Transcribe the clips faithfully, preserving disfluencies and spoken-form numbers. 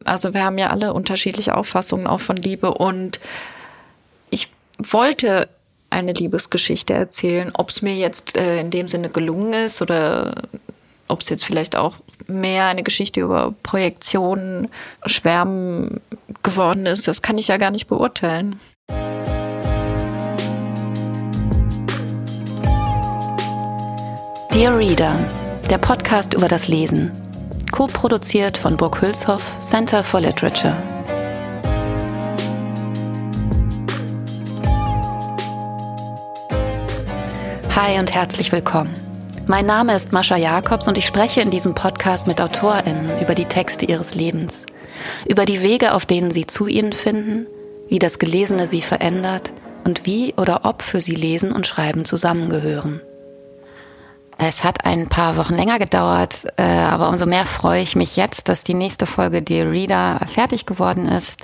Also wir haben ja alle unterschiedliche Auffassungen auch von Liebe und ich wollte eine Liebesgeschichte erzählen. Ob es mir jetzt äh, in dem Sinne gelungen ist oder ob es jetzt vielleicht auch mehr eine Geschichte über Projektionen, Schwärmen geworden ist, das kann ich ja gar nicht beurteilen. Dear Reader, der Podcast über das Lesen. Co-produziert von Burg Hülshoff, Center for Literature. Hi und herzlich willkommen. Mein Name ist Mascha Jakobs und ich spreche in diesem Podcast mit AutorInnen über die Texte ihres Lebens, über die Wege, auf denen sie zu ihnen finden, wie das Gelesene sie verändert und wie oder ob für sie Lesen und Schreiben zusammengehören. Es hat ein paar Wochen länger gedauert, äh, aber umso mehr freue ich mich jetzt, dass die nächste Folge Dear Reader fertig geworden ist.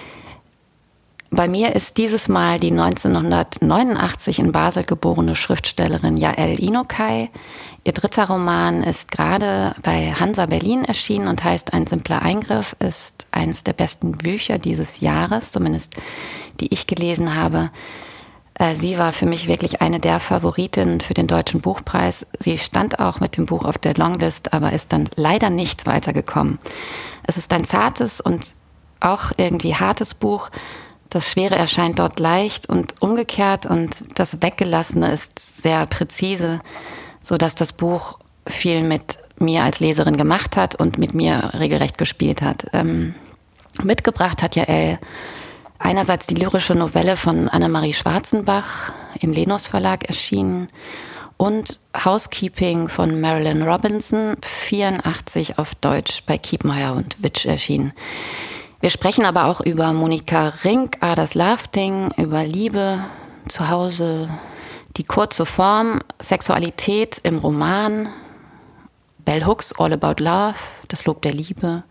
Bei mir ist dieses Mal die neunzehnhundertneunundachtzig in Basel geborene Schriftstellerin Yael Inokai. Ihr dritter Roman ist gerade bei Hansa Berlin erschienen und heißt Ein simpler Eingriff, ist eines der besten Bücher dieses Jahres, zumindest die ich gelesen habe. Sie war für mich wirklich eine der Favoritinnen für den Deutschen Buchpreis. Sie stand auch mit dem Buch auf der Longlist, aber ist dann leider nicht weitergekommen. Es ist ein zartes und auch irgendwie hartes Buch. Das Schwere erscheint dort leicht und umgekehrt und das Weggelassene ist sehr präzise, sodass das Buch viel mit mir als Leserin gemacht hat und mit mir regelrecht gespielt hat. Ähm, mitgebracht hat Yael einerseits die lyrische Novelle von Annemarie Schwarzenbach, im Lenus Verlag erschienen, und Housekeeping von Marilynne Robinson, vierundachtzig auf Deutsch bei Kiepenheuer und Witsch erschienen. Wir sprechen aber auch über Monika Rink, Adas Lafting, über Liebe, Zuhause, die kurze Form, Sexualität im Roman, Bell Hooks All About Love, das Lob der Liebe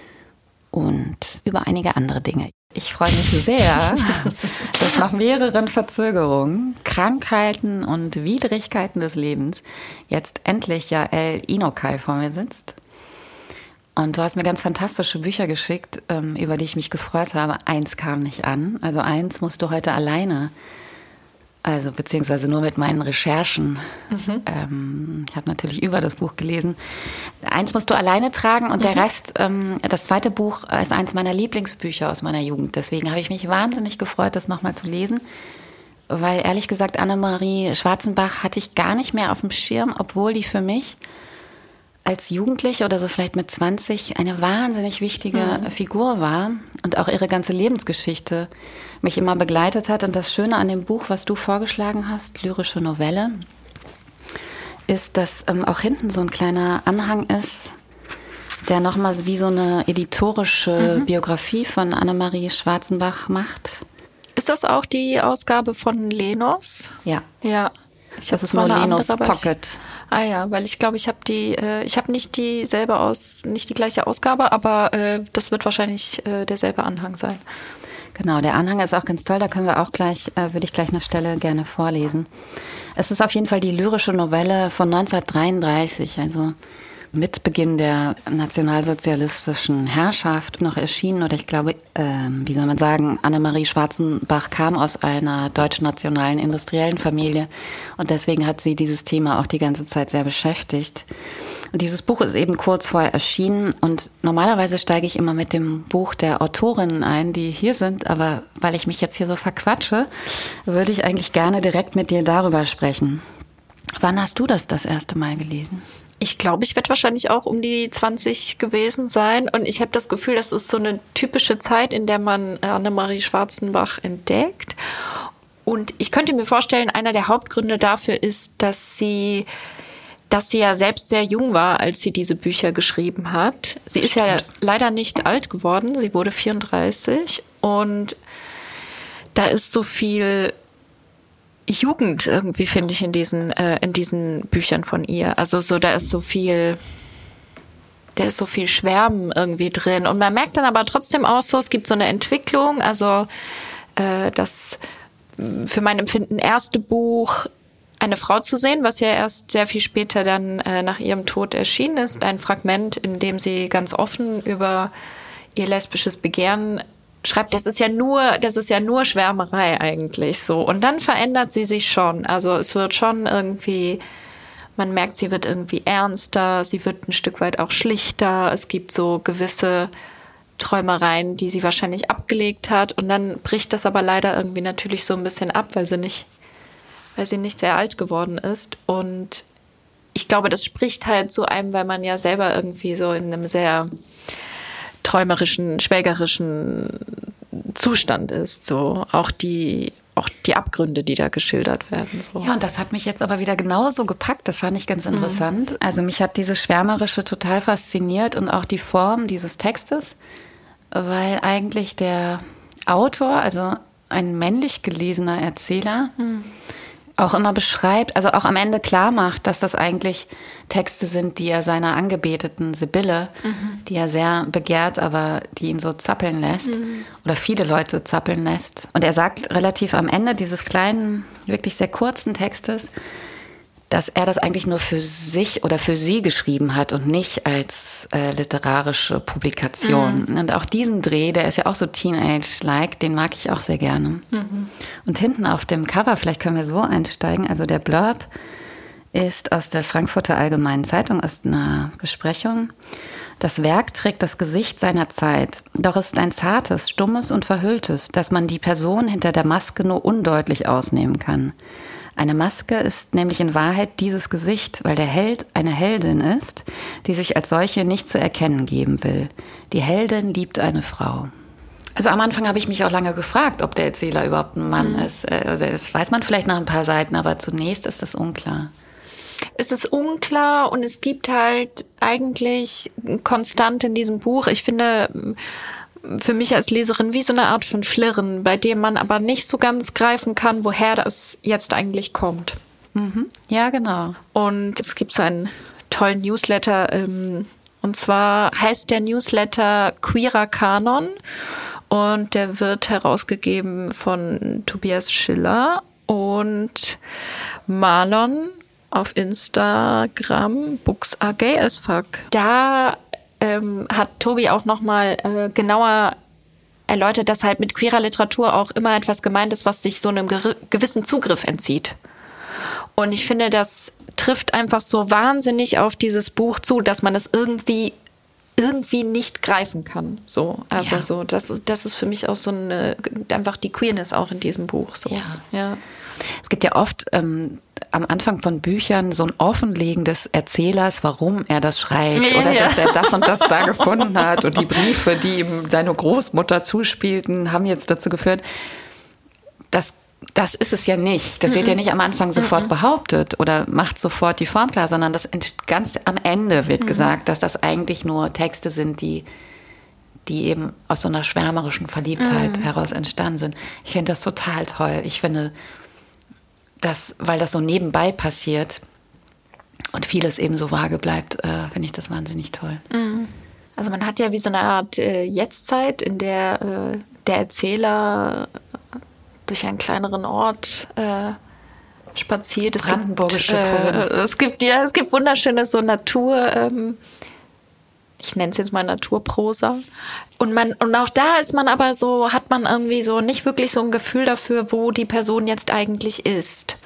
und über einige andere Dinge. Ich freue mich sehr, dass nach mehreren Verzögerungen, Krankheiten und Widrigkeiten des Lebens jetzt endlich Yael Inokai vor mir sitzt. Und du hast mir ganz fantastische Bücher geschickt, über die ich mich gefreut habe. Eins kam nicht an. Also eins musst du heute alleine, also beziehungsweise nur mit meinen Recherchen. Mhm. Ähm, ich habe natürlich über das Buch gelesen. Eins musst du alleine tragen und mhm. der Rest, ähm, das zweite Buch ist eins meiner Lieblingsbücher aus meiner Jugend. Deswegen habe ich mich wahnsinnig gefreut, das nochmal zu lesen. Weil ehrlich gesagt, Annemarie Schwarzenbach hatte ich gar nicht mehr auf dem Schirm, obwohl die für mich als Jugendliche oder so vielleicht mit zwanzig eine wahnsinnig wichtige mhm. Figur war und auch ihre ganze Lebensgeschichte mich immer begleitet hat. Und das Schöne an dem Buch, was du vorgeschlagen hast, lyrische Novelle, ist, dass ähm, auch hinten so ein kleiner Anhang ist, der nochmal wie so eine editorische mhm. Biografie von Annemarie Schwarzenbach macht. Ist das auch die Ausgabe von Lenus? Ja. Ja. Ich das ist nur Lenus Pocket. Ich, ah ja, weil ich glaube, ich habe die, äh, ich habe nicht dieselbe aus, nicht die gleiche Ausgabe, aber äh, das wird wahrscheinlich äh, derselbe Anhang sein. Genau, der Anhang ist auch ganz toll. Da können wir auch gleich, äh, würde ich gleich eine Stelle gerne vorlesen. Es ist auf jeden Fall die lyrische Novelle von neunzehnhundertdreiunddreißig, also mit Beginn der nationalsozialistischen Herrschaft noch erschienen. Oder ich glaube, äh, wie soll man sagen, Annemarie Schwarzenbach kam aus einer deutsch-nationalen industriellen Familie. Und deswegen hat sie dieses Thema auch die ganze Zeit sehr beschäftigt. Und dieses Buch ist eben kurz vorher erschienen. Und normalerweise steige ich immer mit dem Buch der Autorinnen ein, die hier sind. Aber weil ich mich jetzt hier so verquatsche, würde ich eigentlich gerne direkt mit dir darüber sprechen. Wann hast du das das erste Mal gelesen? Ich glaube, ich werde wahrscheinlich auch um die zwanzig gewesen sein. Und ich habe das Gefühl, das ist so eine typische Zeit, in der man Annemarie Schwarzenbach entdeckt. Und ich könnte mir vorstellen, einer der Hauptgründe dafür ist, dass sie, dass sie ja selbst sehr jung war, als sie diese Bücher geschrieben hat. Sie ist ja leider nicht alt geworden. Sie wurde vierunddreißig. Und da ist so viel Jugend irgendwie, finde ich, in diesen äh, in diesen Büchern von ihr. Also so, da ist so viel, da ist so viel Schwärmen irgendwie drin. Und man merkt dann aber trotzdem auch so, es gibt so eine Entwicklung. Also äh, das für mein Empfinden erste Buch, Eine Frau zu sehen, was ja erst sehr viel später dann äh, nach ihrem Tod erschienen ist. Ein Fragment, in dem sie ganz offen über ihr lesbisches Begehren schreibt, das ist ja nur, das ist ja nur Schwärmerei eigentlich so. Und dann verändert sie sich schon. Also es wird schon irgendwie, man merkt, sie wird irgendwie ernster, sie wird ein Stück weit auch schlichter. Es gibt so gewisse Träumereien, die sie wahrscheinlich abgelegt hat. Und dann bricht das aber leider irgendwie natürlich so ein bisschen ab, weil sie nicht, weil sie nicht sehr alt geworden ist. Und ich glaube, das spricht halt zu einem, weil man ja selber irgendwie so in einem sehr träumerischen, schwelgerischen Zustand ist. So auch die, auch die Abgründe, die da geschildert werden. So. Ja, und das hat mich jetzt aber wieder genauso gepackt. Das fand ich ganz interessant. Mhm. Also mich hat dieses Schwärmerische total fasziniert und auch die Form dieses Textes, weil eigentlich der Autor, also ein männlich gelesener Erzähler, mhm. auch immer beschreibt, also auch am Ende klar macht, dass das eigentlich Texte sind, die er seiner Angebeteten Sibylle, mhm. die er sehr begehrt, aber die ihn so zappeln lässt mhm. oder viele Leute zappeln lässt. Und er sagt relativ am Ende dieses kleinen, wirklich sehr kurzen Textes, dass er das eigentlich nur für sich oder für sie geschrieben hat und nicht als äh, literarische Publikation. Mhm. Und auch diesen Dreh, der ist ja auch so Teenage-like, den mag ich auch sehr gerne. Mhm. Und hinten auf dem Cover, vielleicht können wir so einsteigen, also der Blurb ist aus der Frankfurter Allgemeinen Zeitung, aus einer Besprechung. Das Werk trägt das Gesicht seiner Zeit, doch es ist ein zartes, stummes und verhülltes, dass man die Person hinter der Maske nur undeutlich ausnehmen kann. Eine Maske ist nämlich in Wahrheit dieses Gesicht, weil der Held eine Heldin ist, die sich als solche nicht zu erkennen geben will. Die Heldin liebt eine Frau. Also am Anfang habe ich mich auch lange gefragt, ob der Erzähler überhaupt ein Mann mhm. ist. Also das weiß man vielleicht nach ein paar Seiten, aber zunächst ist das unklar. Es ist unklar und es gibt halt eigentlich konstant in diesem Buch, ich finde, für mich als Leserin wie so eine Art von Flirren, bei dem man aber nicht so ganz greifen kann, woher das jetzt eigentlich kommt. Mhm. Ja, genau. Und es gibt so einen tollen Newsletter, ähm, und zwar heißt der Newsletter Queerer Kanon und der wird herausgegeben von Tobias Schiller und Marlon auf Instagram, Books are gay as fuck. Da ähm, hat Tobi auch nochmal äh, genauer erläutert, dass halt mit queerer Literatur auch immer etwas gemeint ist, was sich so einem ger- gewissen Zugriff entzieht. Und ich finde, das trifft einfach so wahnsinnig auf dieses Buch zu, dass man es irgendwie irgendwie nicht greifen kann. So, also ja. so, das ist, das ist für mich auch so eine, einfach die Queerness auch in diesem Buch. So. Ja. Ja. Es gibt ja oft ähm, am Anfang von Büchern so ein Offenlegen des Erzählers, warum er das schreibt ja, oder ja. dass er das und das da gefunden hat und die Briefe, die ihm seine Großmutter zuspielten, haben jetzt dazu geführt, dass das ist es ja nicht. Das wird ja nicht am Anfang sofort behauptet oder macht sofort die Form klar, sondern das ganz am Ende wird gesagt, dass das eigentlich nur Texte sind, die, die eben aus so einer schwärmerischen Verliebtheit heraus entstanden sind. Ich finde das total toll. Ich finde, dass, weil das so nebenbei passiert und vieles eben so vage bleibt, äh, finde ich das wahnsinnig toll. Also man hat ja wie so eine Art äh, Jetztzeit, in der äh, der Erzähler durch einen kleineren Ort äh, spaziert. Es Brandenburgische gibt, äh, Provinz. Es gibt, ja, es gibt wunderschöne so Natur, ähm, ich nenne es jetzt mal Naturprosa. Und man, und auch da ist man aber so, hat man irgendwie so nicht wirklich so ein Gefühl dafür, wo die Person jetzt eigentlich ist.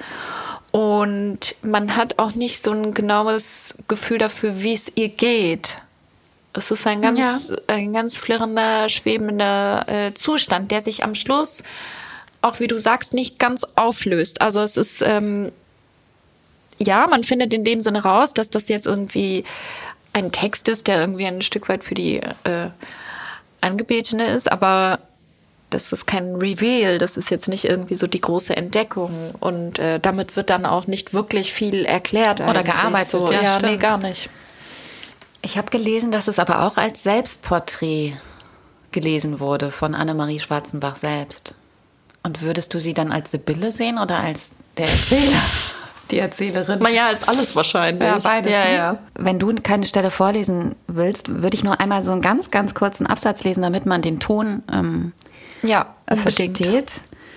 Und man hat auch nicht so ein genaues Gefühl dafür, wie es ihr geht. Es ist ein ganz, ja. ein ganz flirrender, schwebender äh, Zustand, der sich am Schluss auch, wie du sagst, nicht ganz auflöst. Also es ist, ähm, ja, man findet in dem Sinne raus, dass das jetzt irgendwie ein Text ist, der irgendwie ein Stück weit für die äh, Angebetene ist, aber das ist kein Reveal, das ist jetzt nicht irgendwie so die große Entdeckung und äh, damit wird dann auch nicht wirklich viel erklärt. Oder gearbeitet, so. ja, ja stimmt. Nee, gar nicht. Ich habe gelesen, dass es aber auch als Selbstporträt gelesen wurde von Annemarie Schwarzenbach selbst. Und würdest du sie dann als Sibylle sehen oder als der Erzähler, die Erzählerin? Naja, ist alles wahrscheinlich. Ja, beides. Ja, ne? ja. Wenn du keine Stelle vorlesen willst, würde ich nur einmal so einen ganz, ganz kurzen Absatz lesen, damit man den Ton ähm, ja, unbedingt. versteht.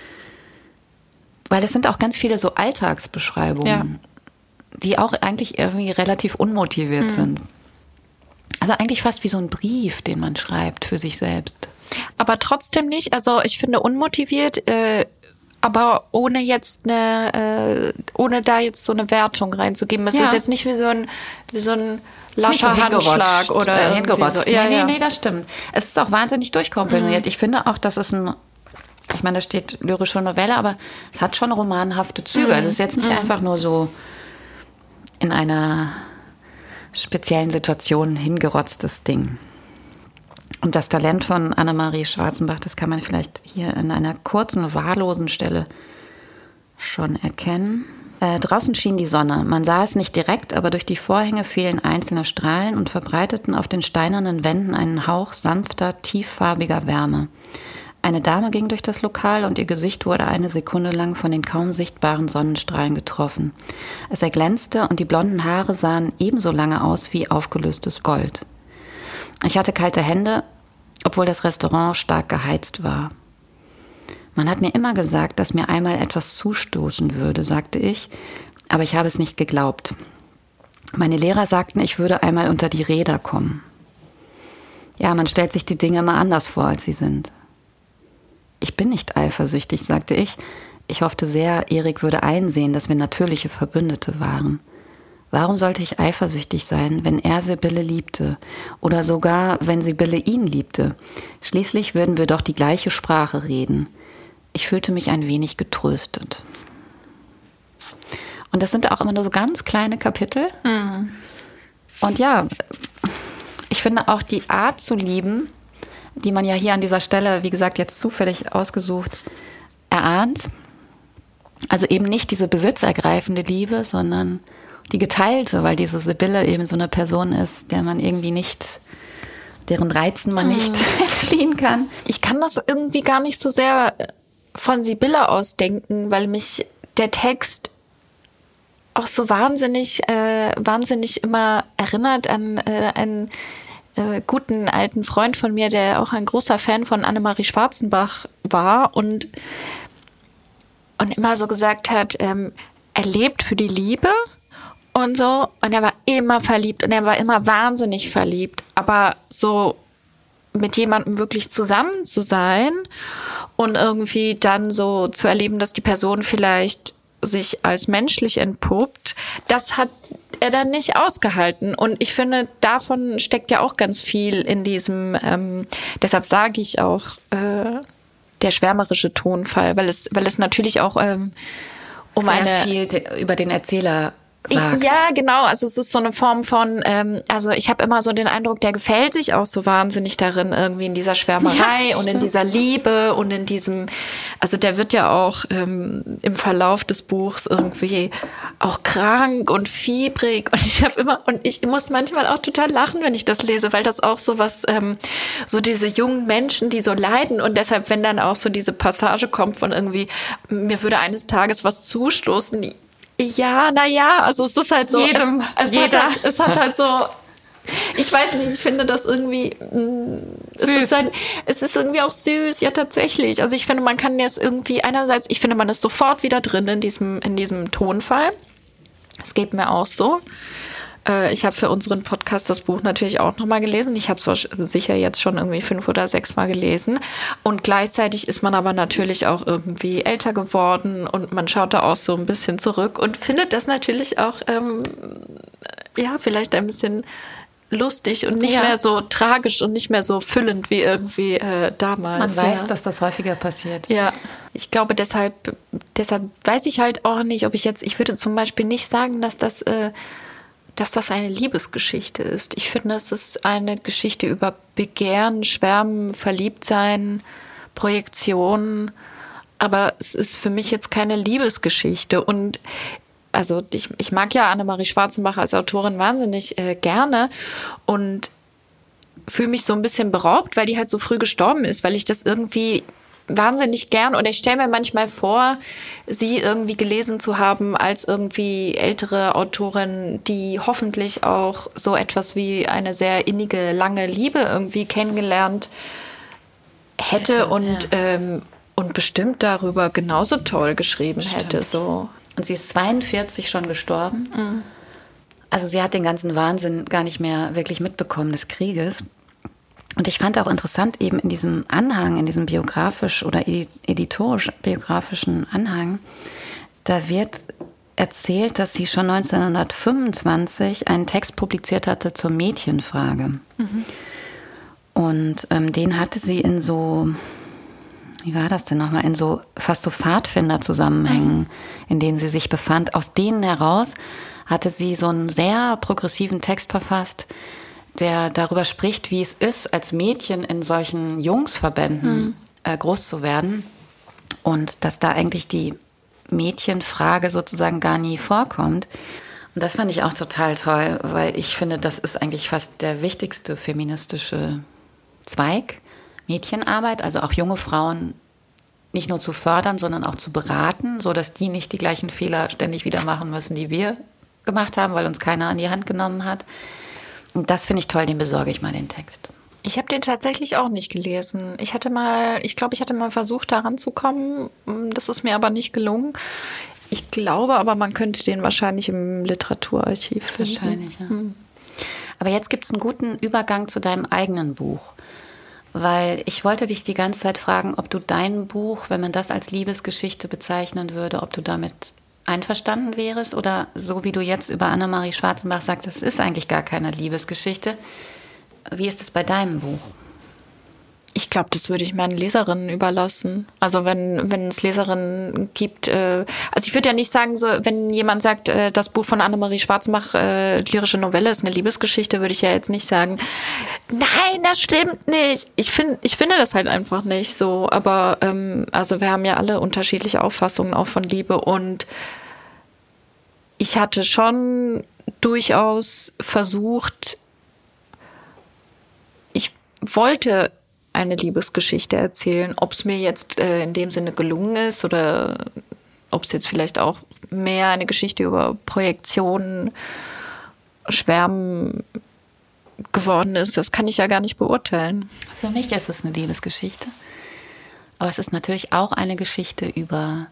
Weil es sind auch ganz viele so Alltagsbeschreibungen, ja. die auch eigentlich irgendwie relativ unmotiviert mhm. sind. Also eigentlich fast wie so ein Brief, den man schreibt für sich selbst. Aber trotzdem nicht, also ich finde unmotiviert, äh, aber ohne jetzt eine, äh, ohne da jetzt so eine Wertung reinzugeben. Es Ja. ist jetzt nicht wie so ein, wie so ein Ist nicht so lascher Handschlag oder äh, irgendwie hingerotzt. so. Ja, nee, nee, ja. nee, das stimmt. Es ist auch wahnsinnig durchkomponiert. Mhm. Ich finde auch, dass es ein, ich meine, da steht lyrische Novelle, aber es hat schon romanhafte Züge. Mhm. Also es ist jetzt nicht mhm. einfach nur so in einer speziellen Situation hingerotztes Ding. Und das Talent von Annemarie Schwarzenbach, das kann man vielleicht hier in einer kurzen, wahllosen Stelle schon erkennen. Äh, draußen schien die Sonne. Man sah es nicht direkt, aber durch die Vorhänge fielen einzelne Strahlen und verbreiteten auf den steinernen Wänden einen Hauch sanfter, tieffarbiger Wärme. Eine Dame ging durch das Lokal und ihr Gesicht wurde eine Sekunde lang von den kaum sichtbaren Sonnenstrahlen getroffen. Es erglänzte und die blonden Haare sahen ebenso lange aus wie aufgelöstes Gold. Ich hatte kalte Hände, obwohl das Restaurant stark geheizt war. Man hat mir immer gesagt, dass mir einmal etwas zustoßen würde, sagte ich, aber ich habe es nicht geglaubt. Meine Lehrer sagten, ich würde einmal unter die Räder kommen. Ja, man stellt sich die Dinge immer anders vor, als sie sind. Ich bin nicht eifersüchtig, sagte ich. Ich hoffte sehr, Erik würde einsehen, dass wir natürliche Verbündete waren. Warum sollte ich eifersüchtig sein, wenn er Sibylle liebte? Oder sogar, wenn Sibylle ihn liebte? Schließlich würden wir doch die gleiche Sprache reden. Ich fühlte mich ein wenig getröstet. Und das sind auch immer nur so ganz kleine Kapitel. Mhm. Und ja, ich finde auch die Art zu lieben, die man ja hier an dieser Stelle, wie gesagt, jetzt zufällig ausgesucht, erahnt. Also eben nicht diese besitzergreifende Liebe, sondern die geteilte, weil diese Sibylle eben so eine Person ist, der man irgendwie nicht, deren Reizen man nicht entfliehen kann. Ich kann das irgendwie gar nicht so sehr von Sibylle aus denken, weil mich der Text auch so wahnsinnig, äh, wahnsinnig immer erinnert an äh, einen äh, guten alten Freund von mir, der auch ein großer Fan von Annemarie Schwarzenbach war und, und immer so gesagt hat, ähm, er lebt für die Liebe. Und so, und er war immer verliebt und er war immer wahnsinnig verliebt. Aber so mit jemandem wirklich zusammen zu sein und irgendwie dann so zu erleben, dass die Person vielleicht sich als menschlich entpuppt, das hat er dann nicht ausgehalten. Und ich finde, davon steckt ja auch ganz viel in diesem, ähm, deshalb sage ich auch, äh, der schwärmerische Tonfall, weil es, weil es natürlich auch ähm, um Sehr eine viel de- über den Erzähler sagt. Ja, genau. Also es ist so eine Form von, ähm, also ich habe immer so den Eindruck, der gefällt sich auch so wahnsinnig darin, irgendwie in dieser Schwärmerei ja, und in dieser Liebe und in diesem, also der wird ja auch ähm, im Verlauf des Buchs irgendwie auch krank und fiebrig und ich habe immer, und ich muss manchmal auch total lachen, wenn ich das lese, weil das auch so was, ähm, so diese jungen Menschen, die so leiden und deshalb, wenn dann auch so diese Passage kommt von irgendwie, mir würde eines Tages was zustoßen, ja, na ja, also es ist halt so, Jedem, es, es, jeder. Hat halt, es hat halt so, ich weiß nicht, ich finde das irgendwie, es ist, halt, es ist irgendwie auch süß, ja tatsächlich. Also ich finde, man kann jetzt irgendwie einerseits, ich finde, man ist sofort wieder drin in diesem, in diesem Tonfall. Es geht mir auch so. Ich habe für unseren Podcast das Buch natürlich auch nochmal gelesen. Ich habe es sicher jetzt schon irgendwie fünf oder sechs Mal gelesen. Und gleichzeitig ist man aber natürlich auch irgendwie älter geworden und man schaut da auch so ein bisschen zurück und findet das natürlich auch, ähm, ja, vielleicht ein bisschen lustig und nicht ja. mehr so tragisch und nicht mehr so füllend wie irgendwie äh, damals. Man weiß, ja. dass das häufiger passiert. Ja, ich glaube deshalb, deshalb weiß ich halt auch nicht, ob ich jetzt, ich würde zum Beispiel nicht sagen, dass das äh, dass das eine Liebesgeschichte ist. Ich finde, es ist eine Geschichte über Begehren, Schwärmen, Verliebtsein, Projektion. Aber es ist für mich jetzt keine Liebesgeschichte. Und also ich, ich mag ja Annemarie Schwarzenbach als Autorin wahnsinnig äh, gerne und fühle mich so ein bisschen beraubt, weil die halt so früh gestorben ist, weil ich das irgendwie wahnsinnig gern, und ich stelle mir manchmal vor, sie irgendwie gelesen zu haben als irgendwie ältere Autorin, die hoffentlich auch so etwas wie eine sehr innige, lange Liebe irgendwie kennengelernt hätte, hätte und, ja. ähm, und bestimmt darüber genauso toll geschrieben Stimmt. hätte. So. Und sie ist zweiundvierzig schon gestorben. Mhm. also sie hat den ganzen Wahnsinn gar nicht mehr wirklich mitbekommen des Krieges. Und ich fand auch interessant eben in diesem Anhang, in diesem biografisch oder editorisch-biografischen Anhang, da wird erzählt, dass sie schon neunzehnhundertfünfundzwanzig einen Text publiziert hatte zur Mädchenfrage. Mhm. Und ähm, den hatte sie in so, wie war das denn nochmal, in so fast so Pfadfinder-Zusammenhängen, mhm. in denen sie sich befand. Aus denen heraus hatte sie so einen sehr progressiven Text verfasst, der darüber spricht, wie es ist, als Mädchen in solchen Jungsverbänden mhm. äh, groß zu werden. Und dass da eigentlich die Mädchenfrage sozusagen gar nie vorkommt. Und das fand ich auch total toll, weil ich finde, das ist eigentlich fast der wichtigste feministische Zweig, Mädchenarbeit, also auch junge Frauen nicht nur zu fördern, sondern auch zu beraten, sodass die nicht die gleichen Fehler ständig wieder machen müssen, die wir gemacht haben, weil uns keiner an die Hand genommen hat. Und das finde ich toll, den besorge ich mal, den Text. Ich habe den tatsächlich auch nicht gelesen. Ich hatte mal, ich glaube, ich hatte mal versucht, da ranzukommen. Das ist mir aber nicht gelungen. Ich glaube aber, man könnte den wahrscheinlich im Literaturarchiv finden. Wahrscheinlich, ja. Hm. Aber jetzt gibt es einen guten Übergang zu deinem eigenen Buch. Weil ich wollte dich die ganze Zeit fragen, ob du dein Buch, wenn man das als Liebesgeschichte bezeichnen würde, ob du damit einverstanden wärst oder so wie du jetzt über Annemarie Schwarzenbach sagst, das ist eigentlich gar keine Liebesgeschichte. Wie ist es bei deinem Buch? Ich glaube, das würde ich meinen Leserinnen überlassen. Also wenn wenn es Leserinnen gibt, äh, also ich würde ja nicht sagen, so wenn jemand sagt, äh, das Buch von Annemarie Schwarzenbach, äh, lyrische Novelle, ist eine Liebesgeschichte, würde ich ja jetzt nicht sagen, nein, das stimmt nicht. Ich finde ich finde das halt einfach nicht so. Aber ähm, also wir haben ja alle unterschiedliche Auffassungen auch von Liebe und ich hatte schon durchaus versucht, ich wollte eine Liebesgeschichte erzählen. Ob es mir jetzt äh, in dem Sinne gelungen ist oder ob es jetzt vielleicht auch mehr eine Geschichte über Projektionen, Schwärmen geworden ist, das kann ich ja gar nicht beurteilen. Für mich ist es eine Liebesgeschichte. Aber es ist natürlich auch eine Geschichte über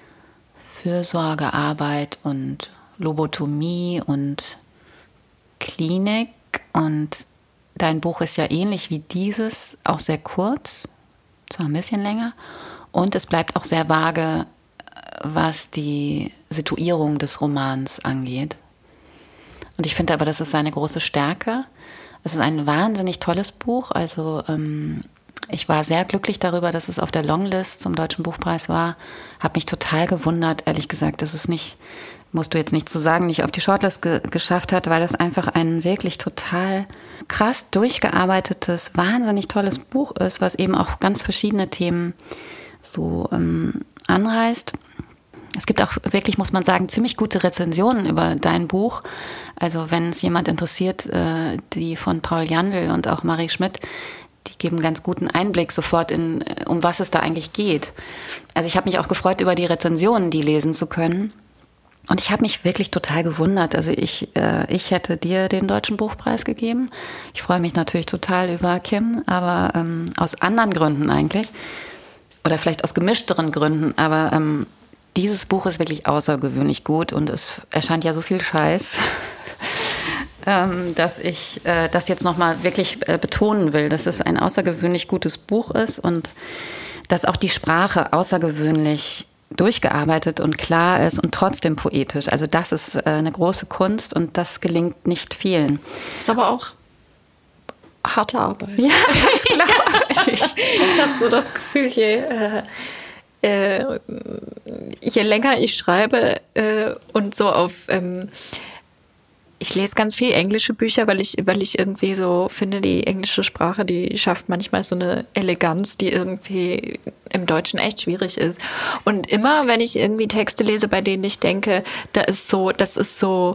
Fürsorgearbeit und Lobotomie und Klinik. Und dein Buch ist ja ähnlich wie dieses, auch sehr kurz, zwar ein bisschen länger. Und es bleibt auch sehr vage, was die Situierung des Romans angeht. Und ich finde aber, das ist seine große Stärke. Es ist ein wahnsinnig tolles Buch. Also ähm, ich war sehr glücklich darüber, dass es auf der Longlist zum Deutschen Buchpreis war. Habe mich total gewundert, ehrlich gesagt, dass es nicht, musst du jetzt nicht zu sagen, nicht auf die Shortlist ge- geschafft hat, weil das einfach ein wirklich total krass durchgearbeitetes, wahnsinnig tolles Buch ist, was eben auch ganz verschiedene Themen so ähm, anreißt. Es gibt auch wirklich, muss man sagen, ziemlich gute Rezensionen über dein Buch. Also wenn es jemand interessiert, äh, die von Paul Jandl und auch Marie Schmidt, die geben ganz guten Einblick sofort in, um was es da eigentlich geht. Also ich habe mich auch gefreut, über die Rezensionen, die lesen zu können. Und ich habe mich wirklich total gewundert. Also ich, äh, ich hätte dir den Deutschen Buchpreis gegeben. Ich freue mich natürlich total über Kim, aber ähm, aus anderen Gründen eigentlich. Oder vielleicht aus gemischteren Gründen, aber ähm, dieses Buch ist wirklich außergewöhnlich gut und es erscheint ja so viel Scheiß, ähm, dass ich äh, das jetzt nochmal wirklich äh, betonen will, dass es ein außergewöhnlich gutes Buch ist und dass auch die Sprache außergewöhnlich durchgearbeitet und klar ist und trotzdem poetisch. Also das ist äh, eine große Kunst und das gelingt nicht vielen. Ist aber auch harte Arbeit. Ja, das glaube ich. Ich habe so das Gefühl, je... Äh Äh, je länger ich schreibe äh, und so auf, ähm, ich lese ganz viel englische Bücher, weil ich, weil ich irgendwie so finde, die englische Sprache, die schafft manchmal so eine Eleganz, die irgendwie im Deutschen echt schwierig ist. Und immer, wenn ich irgendwie Texte lese, bei denen ich denke, da ist so, das ist so,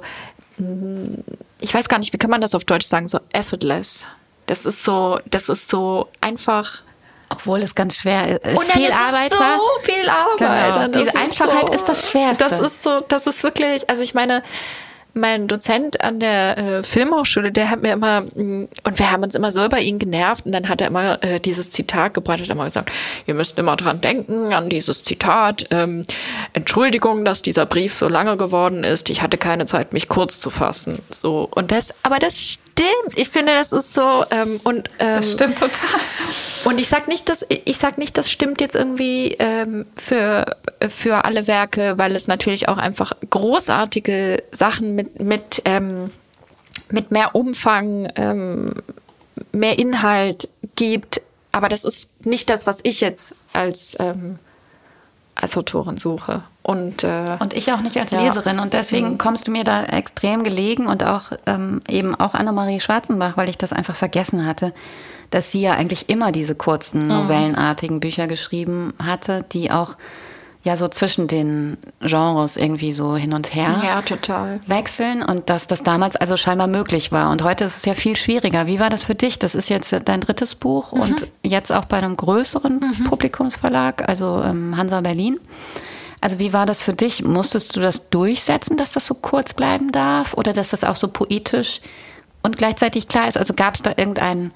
ich weiß gar nicht, wie kann man das auf Deutsch sagen, so effortless. Das ist so, das ist so einfach. Obwohl es ganz schwer ist. Und dann viel ist Arbeit es so war. viel Arbeit. Genau. Diese Einfachheit so, ist das Schwerste. Das ist so, das ist wirklich, also ich meine, mein Dozent an der äh, Filmhochschule, der hat mir immer, mh, und wir haben uns immer so über ihn genervt, und dann hat er immer äh, dieses Zitat gebracht, hat immer gesagt, ihr müsst immer dran denken, an dieses Zitat, ähm, Entschuldigung, dass dieser Brief so lange geworden ist, ich hatte keine Zeit, mich kurz zu fassen. So, und das, aber das stimmt. Ich finde, das ist so, ähm, und ähm, das stimmt total. Und ich sag nicht, dass ich sag nicht, das stimmt jetzt irgendwie ähm, für für alle Werke, weil es natürlich auch einfach großartige Sachen mit mit ähm, mit mehr Umfang, ähm, mehr Inhalt gibt. Aber das ist nicht das, was ich jetzt als ähm, als Autorin suche. Und, äh, und ich auch nicht als ja. Leserin. Und deswegen mhm. kommst du mir da extrem gelegen und auch ähm, eben auch Annemarie Schwarzenbach, weil ich das einfach vergessen hatte, dass sie ja eigentlich immer diese kurzen, mhm. novellenartigen Bücher geschrieben hatte, die auch ja so zwischen den Genres irgendwie so hin und her ja, total. wechseln und dass das damals also scheinbar möglich war. Und heute ist es ja viel schwieriger. Wie war das für dich? Das ist jetzt dein drittes Buch mhm. und jetzt auch bei einem größeren mhm. Publikumsverlag, also ähm, Hansa Berlin. Also wie war das für dich? Musstest du das durchsetzen, dass das so kurz bleiben darf oder dass das auch so poetisch und gleichzeitig klar ist? Also gab es da irgendeinen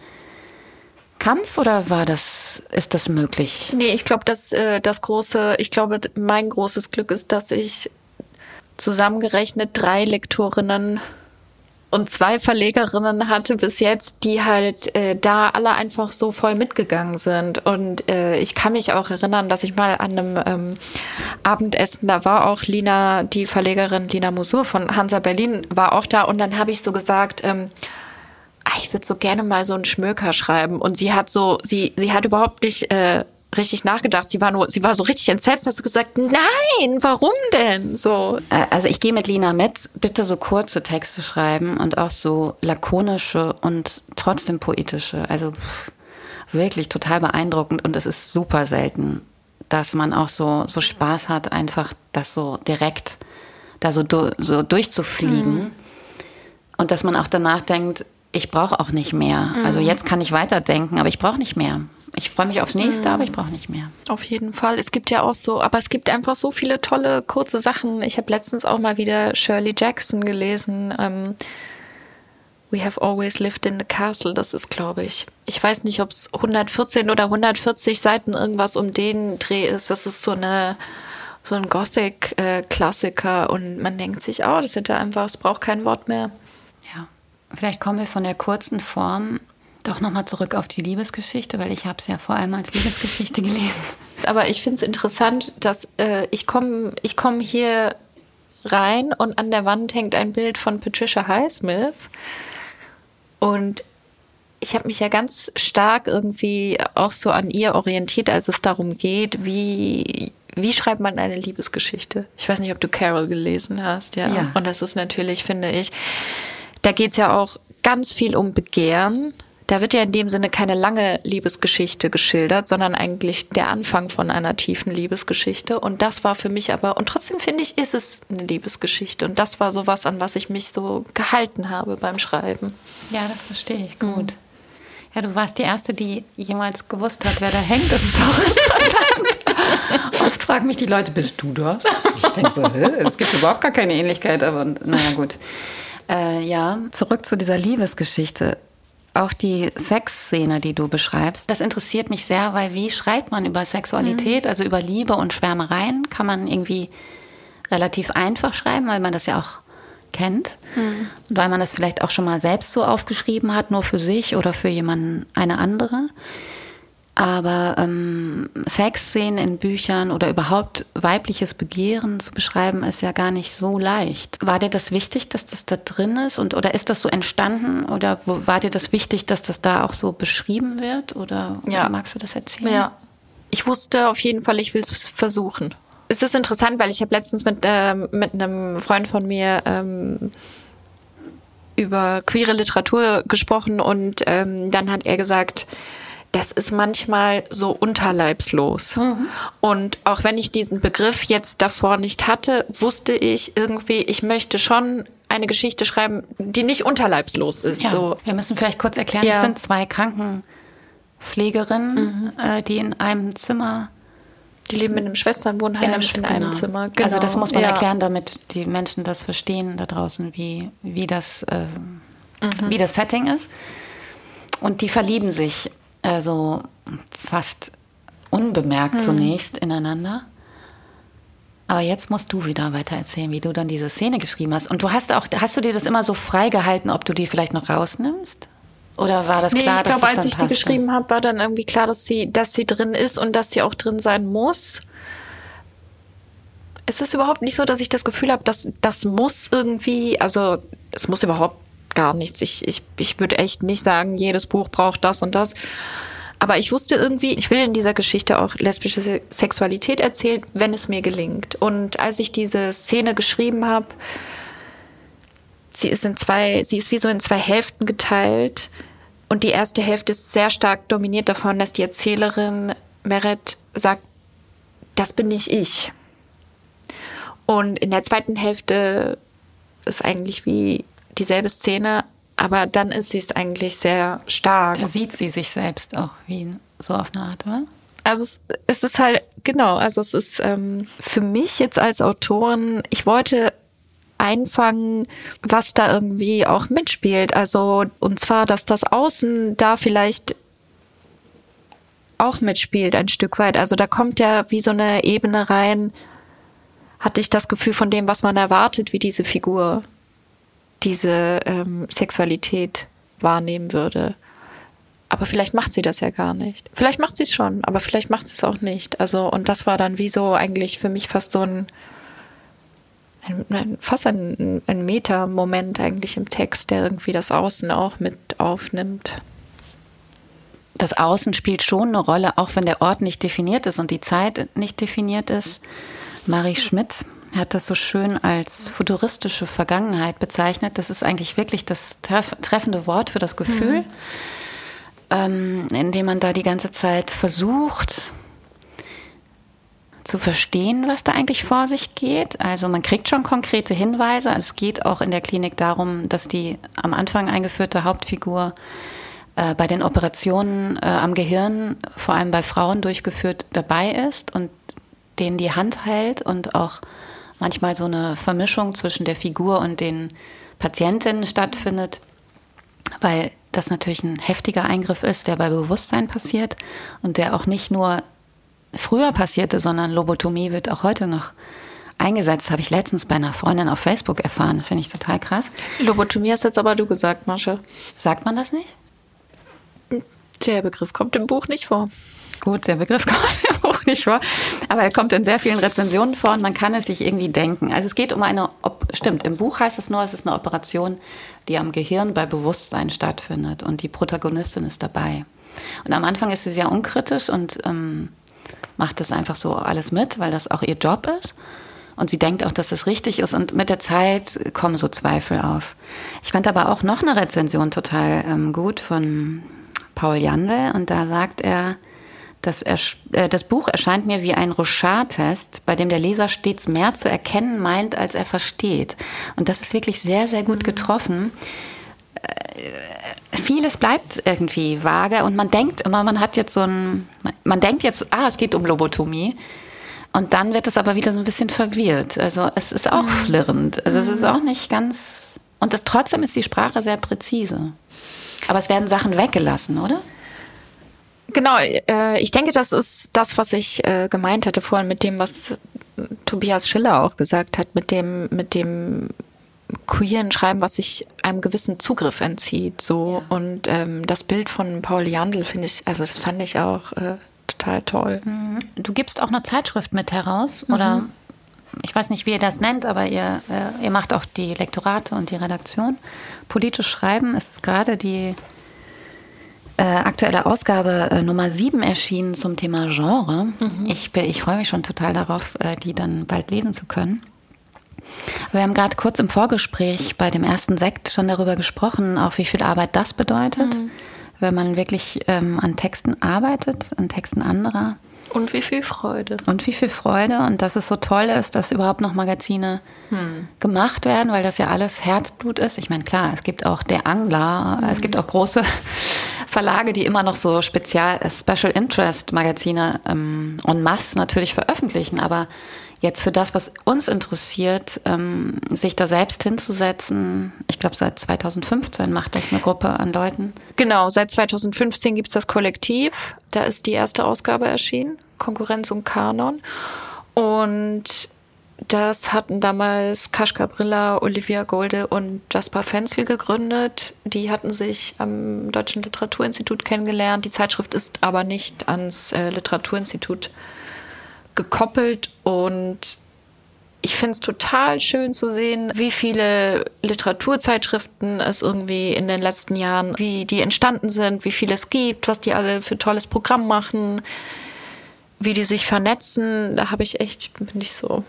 Kampf oder war das, ist das möglich? Nee, ich glaube, dass äh, das große, ich glaube, mein großes Glück ist, dass ich zusammengerechnet drei Lektorinnen und zwei Verlegerinnen hatte bis jetzt, die halt äh, da alle einfach so voll mitgegangen sind. Und äh, ich kann mich auch erinnern, dass ich mal an einem ähm, Abendessen, da war auch Lina, die Verlegerin Lina Musur von Hansa Berlin, war auch da. Und dann habe ich so gesagt, ähm, ich würde so gerne mal so einen Schmöker schreiben. Und sie hat so, sie, sie hat überhaupt nicht äh, richtig nachgedacht. Sie war nur, sie war so richtig entsetzt und hat so gesagt, nein, warum denn? So. Also ich gehe mit Lina mit, bitte so kurze Texte schreiben und auch so lakonische und trotzdem poetische. Also pff, wirklich total beeindruckend und es ist super selten, dass man auch so, so Spaß hat, einfach das so direkt da so, so durchzufliegen. Mhm. Und dass man auch danach denkt, ich brauche auch nicht mehr. Mhm. Also jetzt kann ich weiterdenken, aber ich brauche nicht mehr. Ich freue mich aufs nächste, mhm. aber ich brauche nicht mehr. Auf jeden Fall. Es gibt ja auch so, aber es gibt einfach so viele tolle, kurze Sachen. Ich habe letztens auch mal wieder Shirley Jackson gelesen. Ähm, We have always lived in the castle. Das ist, glaube ich, ich weiß nicht, ob es hundertvierzehn oder hundertvierzig Seiten irgendwas um den Dreh ist. Das ist so eine so ein Gothic-Klassiker äh, und man denkt sich, oh, das hätte einfach, es braucht kein Wort mehr. Ja. Vielleicht kommen wir von der kurzen Form doch nochmal zurück auf die Liebesgeschichte, weil ich habe es ja vor allem als Liebesgeschichte gelesen. Aber ich finde es interessant, dass äh, ich komme ich komm hier rein und an der Wand hängt ein Bild von Patricia Highsmith. Und ich habe mich ja ganz stark irgendwie auch so an ihr orientiert, als es darum geht, wie... Wie schreibt man eine Liebesgeschichte? Ich weiß nicht, ob du Carol gelesen hast, ja. ja. Und das ist natürlich, finde ich, da geht's ja auch ganz viel um Begehren. Da wird ja in dem Sinne keine lange Liebesgeschichte geschildert, sondern eigentlich der Anfang von einer tiefen Liebesgeschichte. Und das war für mich aber, und trotzdem finde ich, ist es eine Liebesgeschichte. Und das war sowas, an was ich mich so gehalten habe beim Schreiben. Ja, das verstehe ich gut. Mhm. Ja, du warst die Erste, die jemals gewusst hat, wer da hängt. Das ist auch interessant. Oft fragen mich die Leute, bist du das? Ich denke so, hä? Es gibt überhaupt gar keine Ähnlichkeit. Aber naja, gut. Äh, ja, zurück zu dieser Liebesgeschichte. Auch die Sexszene, die du beschreibst, das interessiert mich sehr, weil wie schreibt man über Sexualität, mhm. also über Liebe und Schwärmereien? Kann man irgendwie relativ einfach schreiben, weil man das ja auch kennt. Mhm. Und weil man das vielleicht auch schon mal selbst so aufgeschrieben hat, nur für sich oder für jemanden, eine andere. Aber ähm, Sexszenen in Büchern oder überhaupt weibliches Begehren zu beschreiben, ist ja gar nicht so leicht. War dir das wichtig, dass das da drin ist? Und, oder ist das so entstanden? Oder wo, war dir das wichtig, dass das da auch so beschrieben wird? Oder, ja. oder magst du das erzählen? Ja, ich wusste auf jeden Fall, ich will es versuchen. Es ist interessant, weil ich habe letztens mit, äh, mit einem Freund von mir ähm, über queere Literatur gesprochen und ähm, dann hat er gesagt, das ist manchmal so unterleibslos. Mhm. Und auch wenn ich diesen Begriff jetzt davor nicht hatte, wusste ich irgendwie, ich möchte schon eine Geschichte schreiben, die nicht unterleibslos ist. Ja. So. Wir müssen vielleicht kurz erklären, ja. Es sind zwei Krankenpflegerinnen, mhm. äh, die in einem Zimmer Die leben in einem Schwesternwohnheim in einem, in einem genau. Zimmer. Genau. Also das muss man ja. erklären, damit die Menschen das verstehen da draußen, wie, wie, das, äh, mhm. wie das Setting ist. Und die verlieben sich also fast unbemerkt mhm. zunächst ineinander. Aber jetzt musst du wieder weiter erzählen, wie du dann diese Szene geschrieben hast. Und du hast auch, hast du dir das immer so freigehalten, ob du die vielleicht noch rausnimmst? Oder war das nee, klar, ich dass glaube, es als ich passte? sie geschrieben habe, war dann irgendwie klar, dass sie, dass sie drin ist und dass sie auch drin sein muss. Es ist überhaupt nicht so, dass ich das Gefühl habe, dass das muss irgendwie, also es muss überhaupt gar nichts. Ich, ich, ich würde echt nicht sagen, jedes Buch braucht das und das. Aber ich wusste irgendwie, ich will in dieser Geschichte auch lesbische Sexualität erzählen, wenn es mir gelingt. Und als ich diese Szene geschrieben habe, sie ist in zwei, sie ist wie so in zwei Hälften geteilt. Und die erste Hälfte ist sehr stark dominiert davon, dass die Erzählerin Meret sagt, das bin nicht ich. Und in der zweiten Hälfte ist eigentlich wie dieselbe Szene, aber dann ist sie es eigentlich sehr stark. Da sieht sie sich selbst auch wie so auf eine Art, oder? Also es, es ist halt, genau, also es ist ähm, für mich jetzt als Autorin, ich wollte einfangen, was da irgendwie auch mitspielt. Also, und zwar, dass das Außen da vielleicht auch mitspielt, ein Stück weit. Also da kommt ja wie so eine Ebene rein, hatte ich das Gefühl von dem, was man erwartet, wie diese Figur diese ähm, Sexualität wahrnehmen würde. Aber vielleicht macht sie das ja gar nicht. Vielleicht macht sie es schon, aber vielleicht macht sie es auch nicht. Also, und das war dann wie so eigentlich für mich fast so ein Ein, ein, fast ein, ein Meta-Moment eigentlich im Text, der irgendwie das Außen auch mit aufnimmt. Das Außen spielt schon eine Rolle, auch wenn der Ort nicht definiert ist und die Zeit nicht definiert ist. Marie Schmidt hat das so schön als futuristische Vergangenheit bezeichnet. Das ist eigentlich wirklich das treff- treffende Wort für das Gefühl, mhm. ähm, indem man da die ganze Zeit versucht zu verstehen, was da eigentlich vor sich geht. Also man kriegt schon konkrete Hinweise. Es geht auch in der Klinik darum, dass die am Anfang eingeführte Hauptfigur äh, bei den Operationen äh, am Gehirn, vor allem bei Frauen durchgeführt, dabei ist und denen die Hand hält und auch manchmal so eine Vermischung zwischen der Figur und den Patientinnen stattfindet, weil das natürlich ein heftiger Eingriff ist, der bei Bewusstsein passiert und der auch nicht nur früher passierte, sondern Lobotomie wird auch heute noch eingesetzt. Habe ich letztens bei einer Freundin auf Facebook erfahren. Das finde ich total krass. Lobotomie hast jetzt aber du gesagt, Mascha. Sagt man das nicht? Der Begriff kommt im Buch nicht vor. Gut, der Begriff kommt im Buch nicht vor, aber er kommt in sehr vielen Rezensionen vor und man kann es sich irgendwie denken. Also es geht um eine, Op- stimmt, im Buch heißt es nur, es ist eine Operation, die am Gehirn bei Bewusstsein stattfindet und die Protagonistin ist dabei. Und am Anfang ist sie sehr unkritisch und ähm, macht das einfach so alles mit, weil das auch ihr Job ist. Und sie denkt auch, dass das richtig ist. Und mit der Zeit kommen so Zweifel auf. Ich fand aber auch noch eine Rezension total ähm, gut von Paul Jandl. Und da sagt er, dass er, äh, das Buch erscheint mir wie ein Rorschach-Test, bei dem der Leser stets mehr zu erkennen meint, als er versteht. Und das ist wirklich sehr, sehr gut getroffen. Äh, vieles bleibt irgendwie vage und man denkt immer, man hat jetzt so ein, man denkt jetzt, ah, es geht um Lobotomie. Und dann wird es aber wieder so ein bisschen verwirrt. Also es ist auch flirrend. Also es ist auch nicht ganz... Und das, trotzdem ist die Sprache sehr präzise. Aber es werden Sachen weggelassen, oder? Genau, äh, ich denke, das ist das, was ich äh, gemeint hatte vorhin mit dem, was Tobias Schiller auch gesagt hat, mit dem, mit dem queeren Schreiben, was sich einem gewissen Zugriff entzieht. So. Ja. Und ähm, das Bild von Paul Jandl finde ich, also das fand ich auch äh, total toll. Du gibst auch eine Zeitschrift mit heraus, oder mhm. ich weiß nicht, wie ihr das nennt, aber ihr, äh, ihr macht auch die Lektorate und die Redaktion. Politisch Schreiben ist gerade die äh, aktuelle Ausgabe äh, Nummer sieben erschienen zum Thema Genre. Mhm. Ich, ich freue mich schon total darauf, äh, die dann bald lesen zu können. Wir haben gerade kurz im Vorgespräch bei dem ersten Sekt schon darüber gesprochen, auch wie viel Arbeit das bedeutet. Mhm. Wenn man wirklich ähm, an Texten arbeitet, an Texten anderer. Und wie viel Freude. Und wie viel Freude. Und dass es so toll ist, dass überhaupt noch Magazine hm. gemacht werden, weil das ja alles Herzblut ist. Ich meine, klar, es gibt auch der Angler, hm. es gibt auch große Verlage, die immer noch so Spezial, Special Interest Magazine ähm, en masse natürlich veröffentlichen, aber jetzt für das, was uns interessiert, ähm, sich da selbst hinzusetzen, ich glaube seit zweitausendfünfzehn macht das eine Gruppe an Leuten. Genau, seit zweitausendfünfzehn gibt es das Kollektiv, da ist die erste Ausgabe erschienen, Konkurrenz und Kanon. Und das hatten damals Kaschka Brilla, Olivia Golde und Jasper Fenzel gegründet. Die hatten sich am Deutschen Literaturinstitut kennengelernt. Die Zeitschrift ist aber nicht ans äh, Literaturinstitut gekoppelt. Und ich finde es total schön zu sehen, wie viele Literaturzeitschriften es irgendwie in den letzten Jahren, wie die entstanden sind, wie viele es gibt, was die alle für tolles Programm machen, wie die sich vernetzen. Da habe ich echt, bin ich so...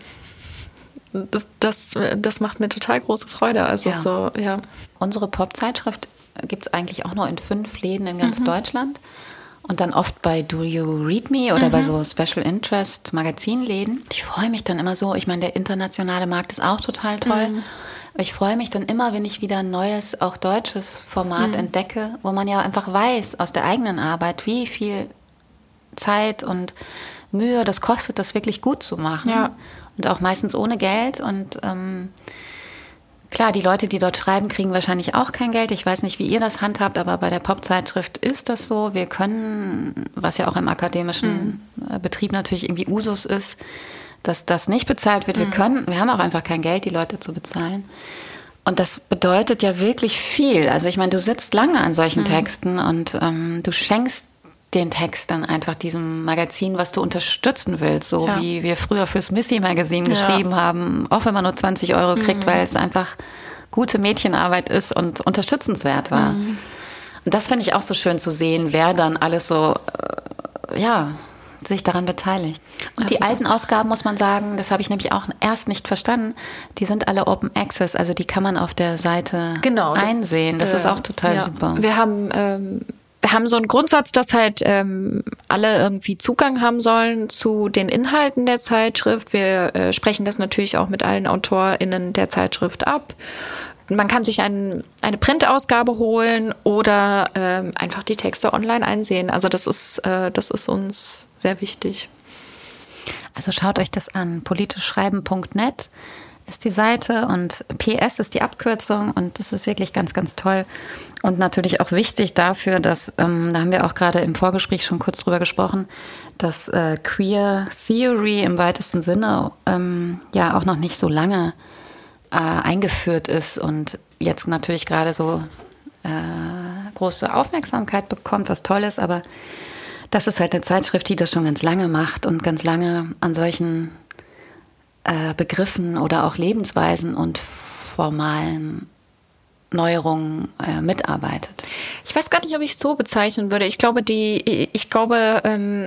Das, das, das macht mir total große Freude. Also ja. so, ja. Unsere Pop-Zeitschrift gibt es eigentlich auch nur in fünf Läden in ganz mhm. Deutschland. Und dann oft bei Do You Read Me oder mhm. bei so Special Interest Magazinläden. Ich freue mich dann immer so, ich meine, der internationale Markt ist auch total toll. Mhm. Ich freue mich dann immer, wenn ich wieder ein neues, auch deutsches Format mhm. entdecke, wo man ja einfach weiß aus der eigenen Arbeit, wie viel Zeit und Mühe das kostet, das wirklich gut zu machen. Ja. Und auch meistens ohne Geld. Und ähm, klar, die Leute, die dort schreiben, kriegen wahrscheinlich auch kein Geld. Ich weiß nicht, wie ihr das handhabt, aber bei der Pop-Zeitschrift ist das so. Wir können, was ja auch im akademischen mhm. Betrieb natürlich irgendwie Usus ist, dass das nicht bezahlt wird. Wir mhm. können, wir haben auch einfach kein Geld, die Leute zu bezahlen. Und das bedeutet ja wirklich viel. Also ich meine, du sitzt lange an solchen mhm. Texten und ähm, du schenkst den Text dann einfach diesem Magazin, was du unterstützen willst, so ja. wie wir früher fürs Missy-Magazin geschrieben ja. haben, auch wenn man nur zwanzig Euro kriegt, mhm. weil es einfach gute Mädchenarbeit ist und unterstützenswert war. Mhm. Und das finde ich auch so schön zu sehen, wer dann alles so, äh, ja, sich daran beteiligt. Und also die alten Ausgaben, muss man sagen, das habe ich nämlich auch erst nicht verstanden, die sind alle Open Access, also die kann man auf der Seite genau, einsehen. Das, das äh, ist auch total ja. super. Wir haben... Ähm Wir haben so einen Grundsatz, dass halt ähm, alle irgendwie Zugang haben sollen zu den Inhalten der Zeitschrift. Wir äh, sprechen das natürlich auch mit allen AutorInnen der Zeitschrift ab. Man kann sich ein, eine Printausgabe holen oder ähm, einfach die Texte online einsehen. Also das ist, äh, das ist uns sehr wichtig. Also schaut euch das an, politischschreiben punkt net ist die Seite und P S ist die Abkürzung und das ist wirklich ganz, ganz toll und natürlich auch wichtig dafür, dass, ähm, da haben wir auch gerade im Vorgespräch schon kurz drüber gesprochen, dass äh, Queer Theory im weitesten Sinne ähm, ja auch noch nicht so lange äh, eingeführt ist und jetzt natürlich gerade so äh, große Aufmerksamkeit bekommt, was toll ist, aber das ist halt eine Zeitschrift, die das schon ganz lange macht und ganz lange an solchen Begriffen oder auch Lebensweisen und formalen Neuerungen äh, mitarbeitet. Ich weiß gar nicht, ob ich es so bezeichnen würde. Ich glaube, die, ich glaube, ähm,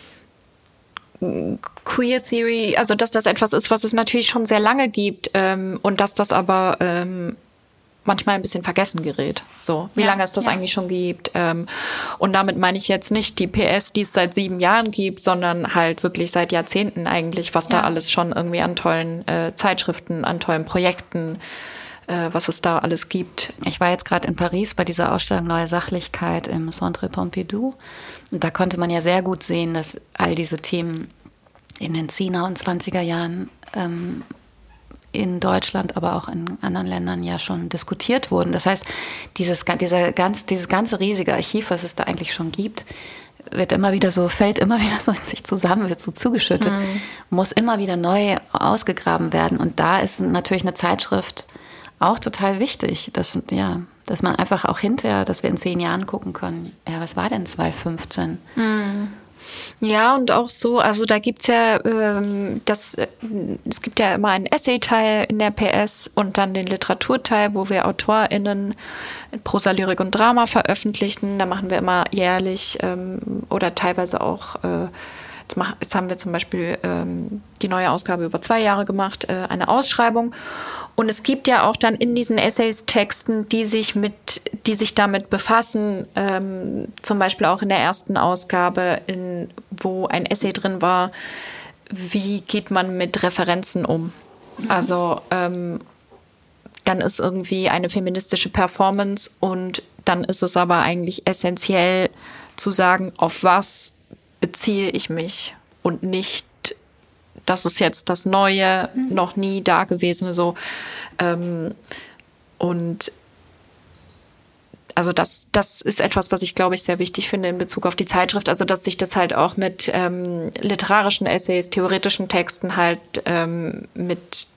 Queer Theory, also dass das etwas ist, was es natürlich schon sehr lange gibt ähm, und dass das aber ähm, manchmal ein bisschen vergessen gerät. So, wie ja, lange es das ja. eigentlich schon gibt. Ähm, und damit meine ich jetzt nicht die P S, die es seit sieben Jahren gibt, sondern halt wirklich seit Jahrzehnten eigentlich, was ja. da alles schon irgendwie an tollen äh, Zeitschriften, an tollen Projekten, äh, was es da alles gibt. Ich war jetzt gerade in Paris bei dieser Ausstellung Neue Sachlichkeit im Centre Pompidou. Und da konnte man ja sehr gut sehen, dass all diese Themen in den zehner und zwanziger Jahren ähm, in Deutschland, aber auch in anderen Ländern ja schon diskutiert wurden. Das heißt, dieses, dieser ganz, dieses ganze riesige Archiv, was es da eigentlich schon gibt, wird immer wieder so, fällt immer wieder so in sich zusammen, wird so zugeschüttet, mhm. muss immer wieder neu ausgegraben werden. Und da ist natürlich eine Zeitschrift auch total wichtig, dass, ja, dass man einfach auch hinterher, dass wir in zehn Jahren gucken können, ja, was war denn zwanzig fünfzehn? Mhm. Ja, und auch so, also da gibt's ja, ähm, das, äh, es gibt ja immer einen Essay-Teil in der P S und dann den Literaturteil, wo wir AutorInnen Prosa, Lyrik und Drama veröffentlichen. Da machen wir immer jährlich ähm, oder teilweise auch, äh, jetzt, mach, jetzt haben wir zum Beispiel ähm, die neue Ausgabe über zwei Jahre gemacht, äh, eine Ausschreibung. Und es gibt ja auch dann in diesen Essays Texten, die sich mit, die sich damit befassen, ähm, zum Beispiel auch in der ersten Ausgabe, in, wo ein Essay drin war, wie geht man mit Referenzen um? Mhm. Also ähm, dann ist irgendwie eine feministische Performance und dann ist es aber eigentlich essentiell zu sagen, auf was beziehe ich mich und nicht, das ist jetzt das Neue, mhm. noch nie Dagewesene so. Ähm, und also das, das ist etwas, was ich, glaube ich, sehr wichtig finde in Bezug auf die Zeitschrift. Also dass sich das halt auch mit ähm, literarischen Essays, theoretischen Texten halt ähm, mit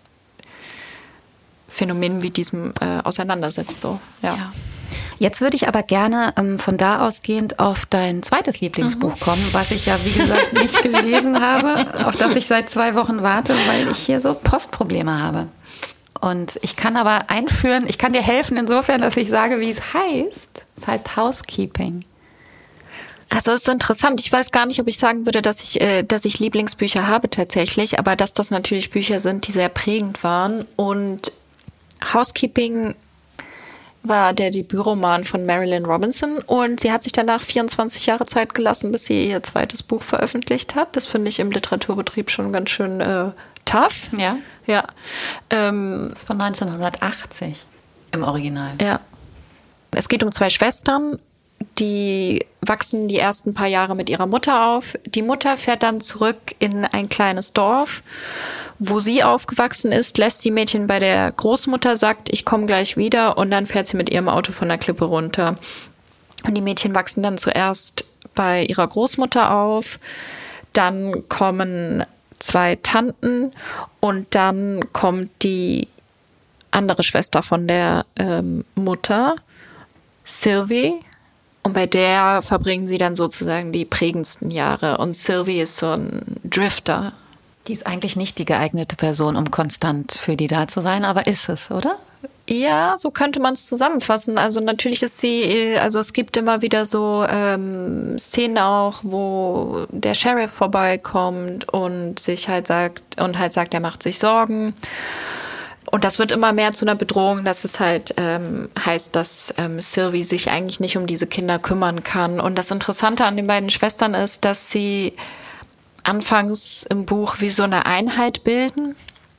Phänomenen wie diesem äh, auseinandersetzt. So, ja. ja. Jetzt würde ich aber gerne ähm, von da ausgehend auf dein zweites Lieblingsbuch mhm. kommen, was ich ja, wie gesagt, nicht gelesen habe, auf das ich seit zwei Wochen warte, weil ich hier so Postprobleme habe. Und ich kann aber einführen, ich kann dir helfen insofern, dass ich sage, wie es heißt. Es heißt Housekeeping. Also es ist interessant. Ich weiß gar nicht, ob ich sagen würde, dass ich, äh, dass ich Lieblingsbücher habe tatsächlich, aber dass das natürlich Bücher sind, die sehr prägend waren. Und Housekeeping war der Debütroman von Marilynne Robinson und sie hat sich danach vierundzwanzig Jahre Zeit gelassen, bis sie ihr zweites Buch veröffentlicht hat. Das finde ich im Literaturbetrieb schon ganz schön äh, tough. Ja. Ja. Ähm, das ist von neunzehnhundertachtzig im Original. Ja. Es geht um zwei Schwestern, die wachsen die ersten paar Jahre mit ihrer Mutter auf. Die Mutter fährt dann zurück in ein kleines Dorf, wo sie aufgewachsen ist, lässt die Mädchen bei der Großmutter, sagt, ich komme gleich wieder und dann fährt sie mit ihrem Auto von der Klippe runter. Und die Mädchen wachsen dann zuerst bei ihrer Großmutter auf, dann kommen zwei Tanten und dann kommt die andere Schwester von der ähm, Mutter, Sylvie, und bei der verbringen sie dann sozusagen die prägendsten Jahre. Und Sylvie ist so ein Drifter. Die ist eigentlich nicht die geeignete Person, um konstant für die da zu sein, aber ist es, oder? Ja, so könnte man es zusammenfassen. Also natürlich ist sie, also es gibt immer wieder so ähm, Szenen auch, wo der Sheriff vorbeikommt und sich halt sagt, und halt sagt, er macht sich Sorgen. Und das wird immer mehr zu einer Bedrohung, dass es halt ähm, heißt, dass ähm, Sylvie sich eigentlich nicht um diese Kinder kümmern kann. Und das Interessante an den beiden Schwestern ist, dass sie anfangs im Buch wie so eine Einheit bilden.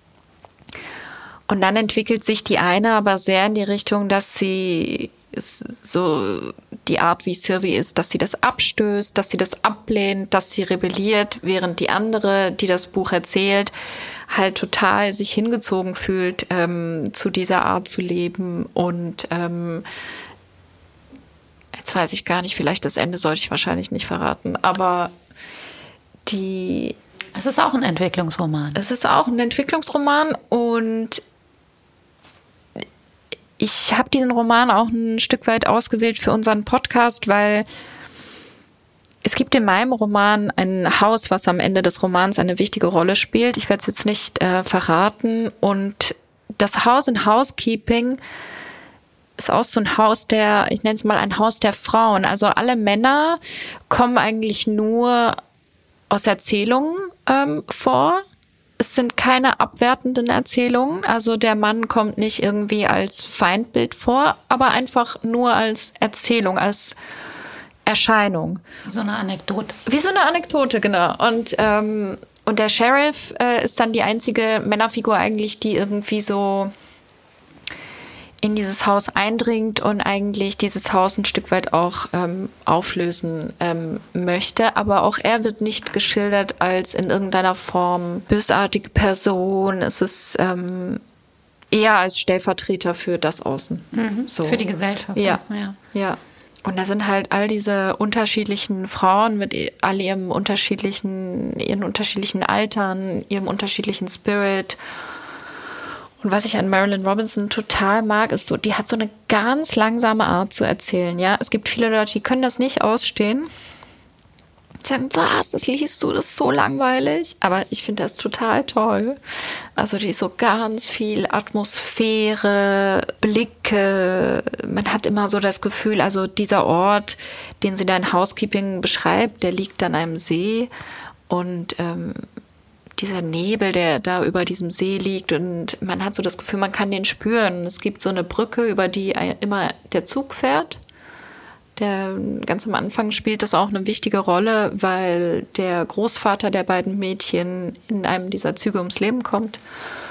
Und dann entwickelt sich die eine aber sehr in die Richtung, dass sie so die Art, wie Sylvie ist, dass sie das abstößt, dass sie das ablehnt, dass sie rebelliert, während die andere, die das Buch erzählt, halt total sich hingezogen fühlt, ähm, zu dieser Art zu leben. Und ähm, jetzt weiß ich gar nicht, vielleicht das Ende sollte ich wahrscheinlich nicht verraten, aber die... Es ist auch ein Entwicklungsroman. Es ist auch ein Entwicklungsroman und ich habe diesen Roman auch ein Stück weit ausgewählt für unseren Podcast, weil es gibt in meinem Roman ein Haus, was am Ende des Romans eine wichtige Rolle spielt. Ich werde es jetzt nicht äh, verraten. Und das Haus in Housekeeping ist auch so ein Haus der, ich nenne es mal ein Haus der Frauen. Also alle Männer kommen eigentlich nur aus Erzählungen ähm, vor. Es sind keine abwertenden Erzählungen. Also der Mann kommt nicht irgendwie als Feindbild vor, aber einfach nur als Erzählung, als Erscheinung. Wie so eine Anekdote. Wie so eine Anekdote, genau. Und, ähm, und der Sheriff äh, ist dann die einzige Männerfigur eigentlich, die irgendwie so in dieses Haus eindringt und eigentlich dieses Haus ein Stück weit auch ähm, auflösen ähm, möchte. Aber auch er wird nicht geschildert als in irgendeiner Form bösartige Person. Es ist ähm, eher als Stellvertreter für das Außen. Mhm. So. Für die Gesellschaft. Ja, ja, ja. Und da sind halt all diese unterschiedlichen Frauen mit all ihrem unterschiedlichen, ihren unterschiedlichen Altern, ihrem unterschiedlichen Spirit. Und was ich an Marilynne Robinson total mag, ist so, die hat so eine ganz langsame Art zu erzählen, ja. Es gibt viele Leute, die können das nicht ausstehen. Die sagen, was, das liest du, das ist so langweilig. Aber ich finde das total toll. Also die ist so ganz viel Atmosphäre, Blicke. Man hat immer so das Gefühl, also dieser Ort, den sie da in Housekeeping beschreibt, der liegt an einem See. Und ähm, dieser Nebel, der da über diesem See liegt und man hat so das Gefühl, man kann den spüren. Es gibt so eine Brücke, über die immer der Zug fährt. Der, ganz am Anfang spielt das auch eine wichtige Rolle, weil der Großvater der beiden Mädchen in einem dieser Züge ums Leben kommt.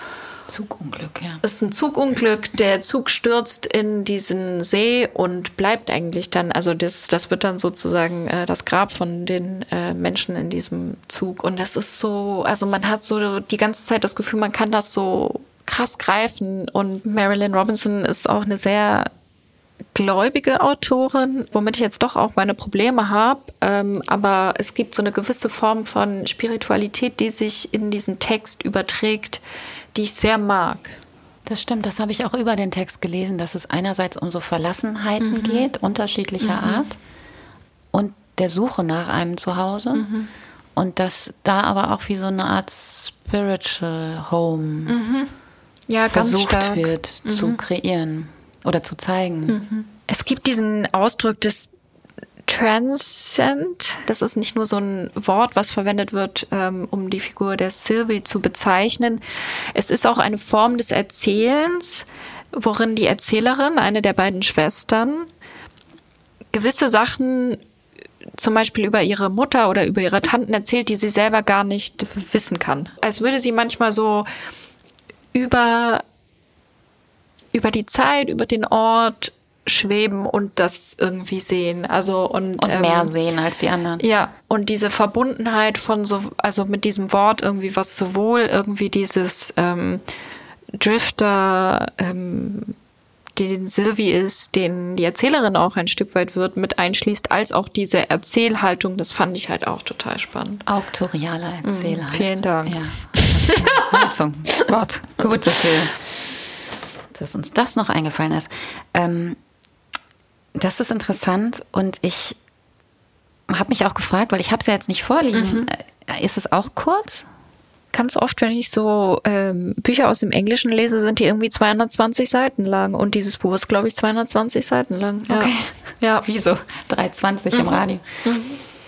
Zugunglück, ja. Es ist ein Zugunglück, der Zug stürzt in diesen See und bleibt eigentlich dann, also das, das wird dann sozusagen äh, das Grab von den äh, Menschen in diesem Zug. Und das ist so, also man hat so die ganze Zeit das Gefühl, man kann das so krass greifen. Und Marilynne Robinson ist auch eine sehr gläubige Autorin, womit ich jetzt doch auch meine Probleme habe. Ähm, aber es gibt so eine gewisse Form von Spiritualität, die sich in diesen Text überträgt, die ich sehr mag. Das stimmt, das habe ich auch über den Text gelesen, dass es einerseits um so Verlassenheiten mhm. geht, unterschiedlicher mhm. Art, und der Suche nach einem Zuhause. Mhm. Und dass da aber auch wie so eine Art Spiritual Home mhm. ja, versucht ganz stark. wird mhm. zu kreieren oder zu zeigen. Mhm. Es gibt diesen Ausdruck des Transcend. Das ist nicht nur so ein Wort, was verwendet wird, ähm, um die Figur der Sylvie zu bezeichnen. Es ist auch eine Form des Erzählens, worin die Erzählerin, eine der beiden Schwestern, gewisse Sachen zum Beispiel über ihre Mutter oder über ihre Tanten erzählt, die sie selber gar nicht wissen kann. Als würde sie manchmal so über, über die Zeit, über den Ort schweben und das irgendwie sehen. Also und, und ähm, mehr sehen als die anderen. Ja, und diese Verbundenheit von so, also mit diesem Wort irgendwie, was sowohl irgendwie dieses ähm, Drifter, ähm, den Sylvie ist, den die Erzählerin auch ein Stück weit wird, mit einschließt, als auch diese Erzählhaltung, das fand ich halt auch total spannend. Auktoriale Erzählhaltung. Mm, vielen Dank. Ja. So, Gott, gut, dass, wir, dass uns das noch eingefallen ist. Ähm, Das ist interessant, und ich habe mich auch gefragt, weil ich habe es ja jetzt nicht vorliegen, mhm. ist es auch kurz? Ganz oft, wenn ich so ähm, Bücher aus dem Englischen lese, sind die irgendwie zweihundertzwanzig Seiten lang, und dieses Buch ist, glaube ich, zweihundertzwanzig Seiten lang. Ja. Okay, ja. Wieso? dreihundertzwanzig mhm. im Radio. Mhm.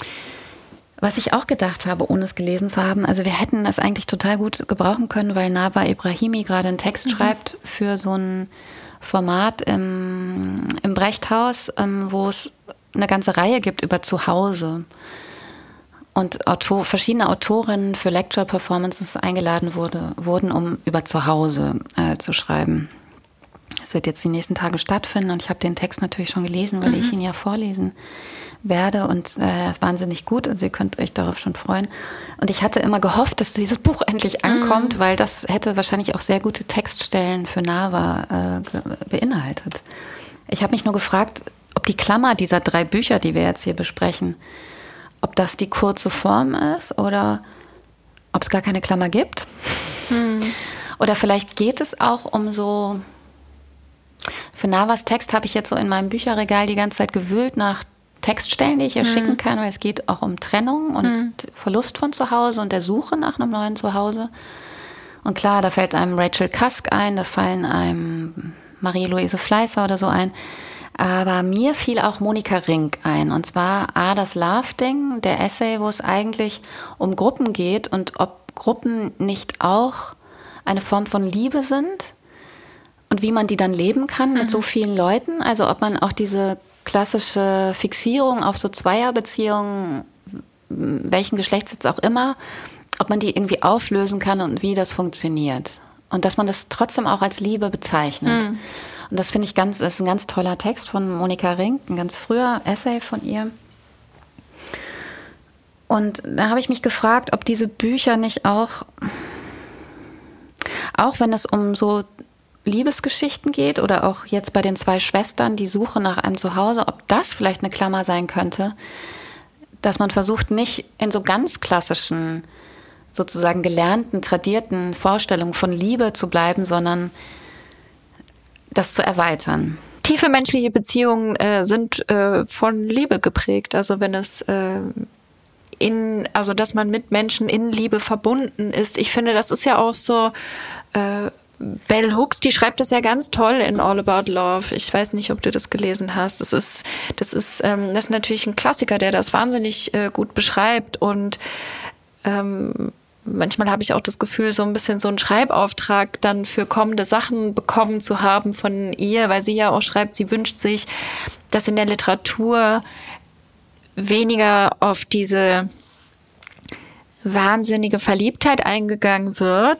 Was ich auch gedacht habe, ohne es gelesen zu haben, also wir hätten das eigentlich total gut gebrauchen können, weil Nawa Ebrahimi gerade einen Text mhm. schreibt für so ein Format im, im Brechthaus, ähm, wo es eine ganze Reihe gibt über Zuhause. Und Autor, verschiedene Autorinnen für Lecture-Performances eingeladen wurde, wurden, um über Zuhause äh, zu schreiben. Das wird jetzt die nächsten Tage stattfinden, und ich habe den Text natürlich schon gelesen, weil mhm. ich ihn ja vorlesen werde, und es äh, ist wahnsinnig gut, also ihr könnt euch darauf schon freuen. Und ich hatte immer gehofft, dass dieses Buch endlich ankommt, mhm. weil das hätte wahrscheinlich auch sehr gute Textstellen für Nawa äh, beinhaltet. Ich habe mich nur gefragt, ob die Klammer dieser drei Bücher, die wir jetzt hier besprechen, ob das die kurze Form ist oder ob es gar keine Klammer gibt. Mhm. Oder vielleicht geht es auch um so... Für Nawas Text habe ich jetzt so in meinem Bücherregal die ganze Zeit gewühlt nach Textstellen, die ich ihr mhm. schicken kann, weil es geht auch um Trennung und mhm. Verlust von Zuhause und der Suche nach einem neuen Zuhause. Und klar, da fällt einem Rachel Cusk ein, da fallen einem Marie-Louise Fleißer oder so ein. Aber mir fiel auch Monika Rink ein. Und zwar A, das Love-Ding, der Essay, wo es eigentlich um Gruppen geht und ob Gruppen nicht auch eine Form von Liebe sind und wie man die dann leben kann mit mhm. so vielen Leuten. Also ob man auch diese klassische Fixierung auf so Zweierbeziehungen, welchen Geschlechts jetzt auch immer, ob man die irgendwie auflösen kann und wie das funktioniert. Und dass man das trotzdem auch als Liebe bezeichnet. Mhm. Und das finde ich ganz, das ist ein ganz toller Text von Monika Rink, ein ganz früher Essay von ihr. Und da habe ich mich gefragt, ob diese Bücher nicht auch, auch wenn es um so Liebesgeschichten geht oder auch jetzt bei den zwei Schwestern die Suche nach einem Zuhause, ob das vielleicht eine Klammer sein könnte, dass man versucht, nicht in so ganz klassischen, sozusagen gelernten, tradierten Vorstellungen von Liebe zu bleiben, sondern das zu erweitern. Tiefe menschliche Beziehungen äh, sind äh, von Liebe geprägt. Also wenn es äh, in, also dass man mit Menschen in Liebe verbunden ist. Ich finde, das ist ja auch so. Äh, Bell Hooks, die schreibt das ja ganz toll in All About Love. Ich weiß nicht, ob du das gelesen hast. Das ist, das ist, ähm, das ist natürlich ein Klassiker, der das wahnsinnig äh, gut beschreibt. Und ähm, manchmal habe ich auch das Gefühl, so ein bisschen so einen Schreibauftrag dann für kommende Sachen bekommen zu haben von ihr, weil sie ja auch schreibt, sie wünscht sich, dass in der Literatur weniger auf diese wahnsinnige Verliebtheit eingegangen wird,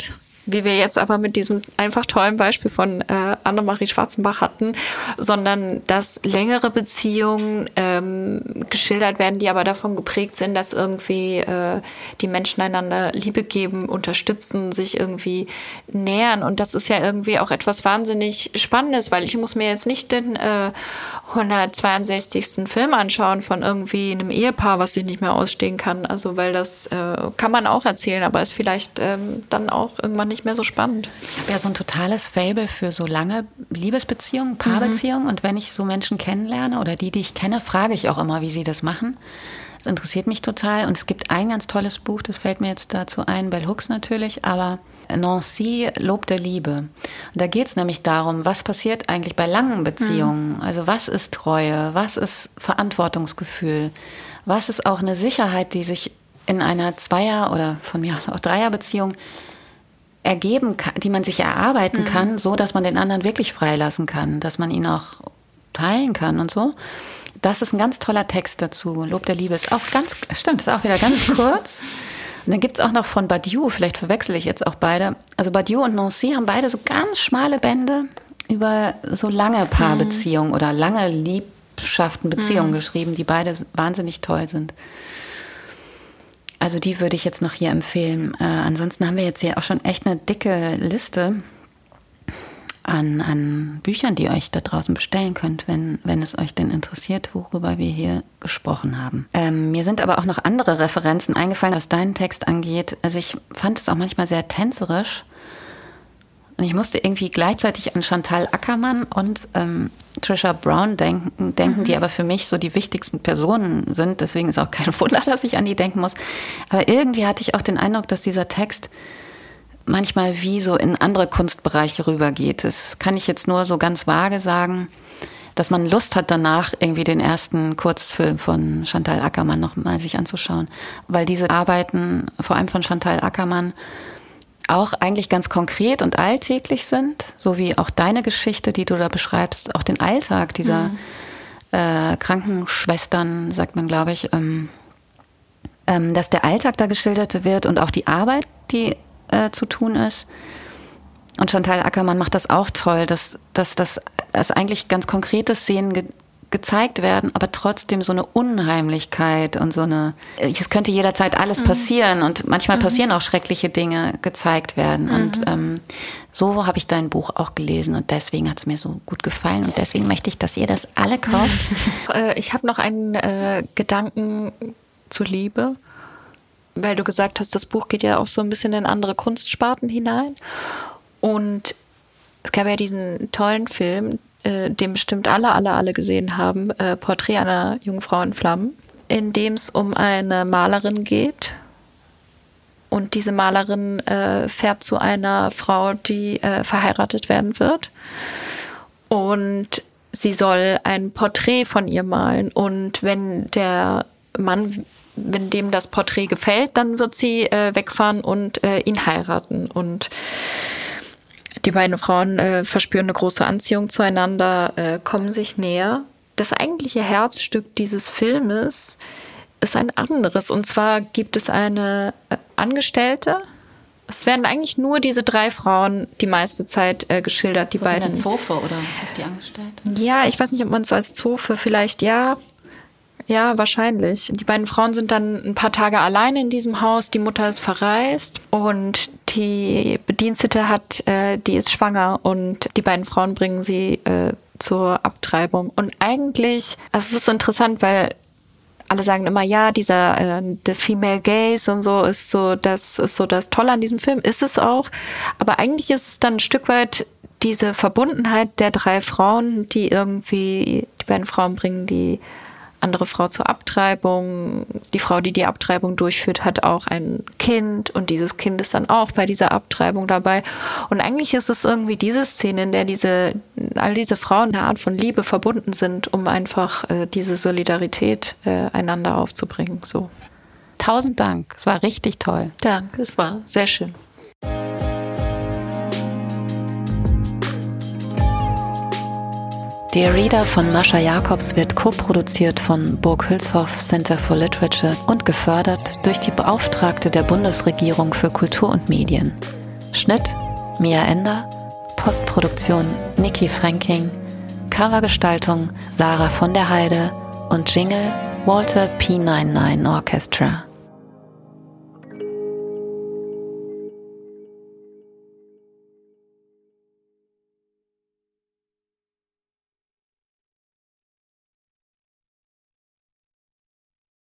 wie wir jetzt aber mit diesem einfach tollen Beispiel von äh, Annemarie Schwarzenbach hatten, sondern dass längere Beziehungen ähm, geschildert werden, die aber davon geprägt sind, dass irgendwie äh, die Menschen einander Liebe geben, unterstützen, sich irgendwie nähern. Und das ist ja irgendwie auch etwas wahnsinnig Spannendes, weil ich muss mir jetzt nicht den äh, hundertzweiundsechzigsten Film anschauen von irgendwie einem Ehepaar, was sich nicht mehr ausstehen kann. Also weil das äh, kann man auch erzählen, aber ist vielleicht ähm, dann auch irgendwann nicht mehr so spannend. Ich habe ja so ein totales Faible für so lange Liebesbeziehungen, Paarbeziehungen. Mhm. Und wenn ich so Menschen kennenlerne oder die, die ich kenne, frage ich auch immer, wie sie das machen. Das interessiert mich total. Und es gibt ein ganz tolles Buch, das fällt mir jetzt dazu ein, Bell Hooks natürlich, aber Nancy, Lob der Liebe. Und da geht es nämlich darum, was passiert eigentlich bei langen Beziehungen? Mhm. Also was ist Treue? Was ist Verantwortungsgefühl? Was ist auch eine Sicherheit, die sich in einer Zweier- oder von mir aus auch Dreierbeziehung ergeben kann, die man sich erarbeiten mhm. kann, so dass man den anderen wirklich freilassen kann, dass man ihn auch teilen kann und so. Das ist ein ganz toller Text dazu. Lob der Liebe ist auch ganz, stimmt, ist auch wieder ganz kurz. Und dann gibt es auch noch von Badiou, vielleicht verwechsel ich jetzt auch beide. Also Badiou und Nancy haben beide so ganz schmale Bände über so lange Paarbeziehungen mhm. oder lange Liebschaften, Beziehungen mhm. geschrieben, die beide wahnsinnig toll sind. Also die würde ich jetzt noch hier empfehlen. Äh, ansonsten haben wir jetzt hier auch schon echt eine dicke Liste an, an Büchern, die ihr euch da draußen bestellen könnt, wenn, wenn es euch denn interessiert, worüber wir hier gesprochen haben. Ähm, mir sind aber auch noch andere Referenzen eingefallen, was deinen Text angeht. Also ich fand es auch manchmal sehr tänzerisch. Und ich musste irgendwie gleichzeitig an Chantal Akermann und ähm, Trisha Brown denken, denken mhm. die aber für mich so die wichtigsten Personen sind. Deswegen ist auch kein Wunder, dass ich an die denken muss. Aber irgendwie hatte ich auch den Eindruck, dass dieser Text manchmal wie so in andere Kunstbereiche rübergeht. Das kann ich jetzt nur so ganz vage sagen, dass man Lust hat danach, irgendwie den ersten Kurzfilm von Chantal Akermann noch mal sich anzuschauen. Weil diese Arbeiten, vor allem von Chantal Akermann, auch eigentlich ganz konkret und alltäglich sind, so wie auch deine Geschichte, die du da beschreibst, auch den Alltag dieser mhm. äh, Krankenschwestern, sagt man, glaube ich, ähm, ähm, dass der Alltag da geschildert wird und auch die Arbeit, die äh, zu tun ist. Und Chantal Akermann macht das auch toll, dass, dass, dass, dass eigentlich ganz konkrete Szenen ge- gezeigt werden, aber trotzdem so eine Unheimlichkeit und so eine, es könnte jederzeit alles passieren mhm. und manchmal mhm. passieren auch schreckliche Dinge, gezeigt werden. Mhm. Und ähm, so habe ich dein Buch auch gelesen und deswegen hat es mir so gut gefallen und deswegen möchte ich, dass ihr das alle kauft. Ich habe noch einen äh, Gedanken zur Liebe, weil du gesagt hast, das Buch geht ja auch so ein bisschen in andere Kunstsparten hinein. Und es gab ja diesen tollen Film, äh, den bestimmt alle, alle, alle gesehen haben, äh, Porträt einer jungen Frau in Flammen, in dem es um eine Malerin geht. Und diese Malerin äh, fährt zu einer Frau, die äh, verheiratet werden wird. Und sie soll ein Porträt von ihr malen. Und wenn der Mann, wenn dem das Porträt gefällt, dann wird sie äh, wegfahren und äh, ihn heiraten. Und die beiden Frauen äh, verspüren eine große Anziehung zueinander, äh, kommen sich näher. Das eigentliche Herzstück dieses Filmes ist ein anderes. Und zwar gibt es eine äh, Angestellte. Es werden eigentlich nur diese drei Frauen die meiste Zeit äh, geschildert. Die so beiden. Eine Zofe oder was ist die Angestellte? Ja, ich weiß nicht, ob man es als Zofe vielleicht, ja. Ja, wahrscheinlich. Die beiden Frauen sind dann ein paar Tage alleine in diesem Haus. Die Mutter ist verreist und die Bedienstete hat, äh, die ist schwanger und die beiden Frauen bringen sie äh, zur Abtreibung. Und eigentlich, also es ist interessant, weil alle sagen immer, ja, dieser äh, the Female Gaze und so ist so, das ist so das Tolle an diesem Film, ist es auch. Aber eigentlich ist es dann ein Stück weit diese Verbundenheit der drei Frauen, die irgendwie, die beiden Frauen bringen die andere Frau zur Abtreibung. Die Frau, die die Abtreibung durchführt, hat auch ein Kind und dieses Kind ist dann auch bei dieser Abtreibung dabei. Und eigentlich ist es irgendwie diese Szene, in der diese, all diese Frauen eine Art von Liebe verbunden sind, um einfach äh, diese Solidarität äh, einander aufzubringen. So. Tausend Dank. Es war richtig toll. Danke, es war sehr schön. Dear Reader von Mascha Jakobs wird co-produziert von Burg Hülshoff Center for Literature und gefördert durch die Beauftragte der Bundesregierung für Kultur und Medien. Schnitt Mia Ender, Postproduktion Niki Fränking, Covergestaltung Sarah von der Heide und Jingle Walter P neunundneunzig Orchestra.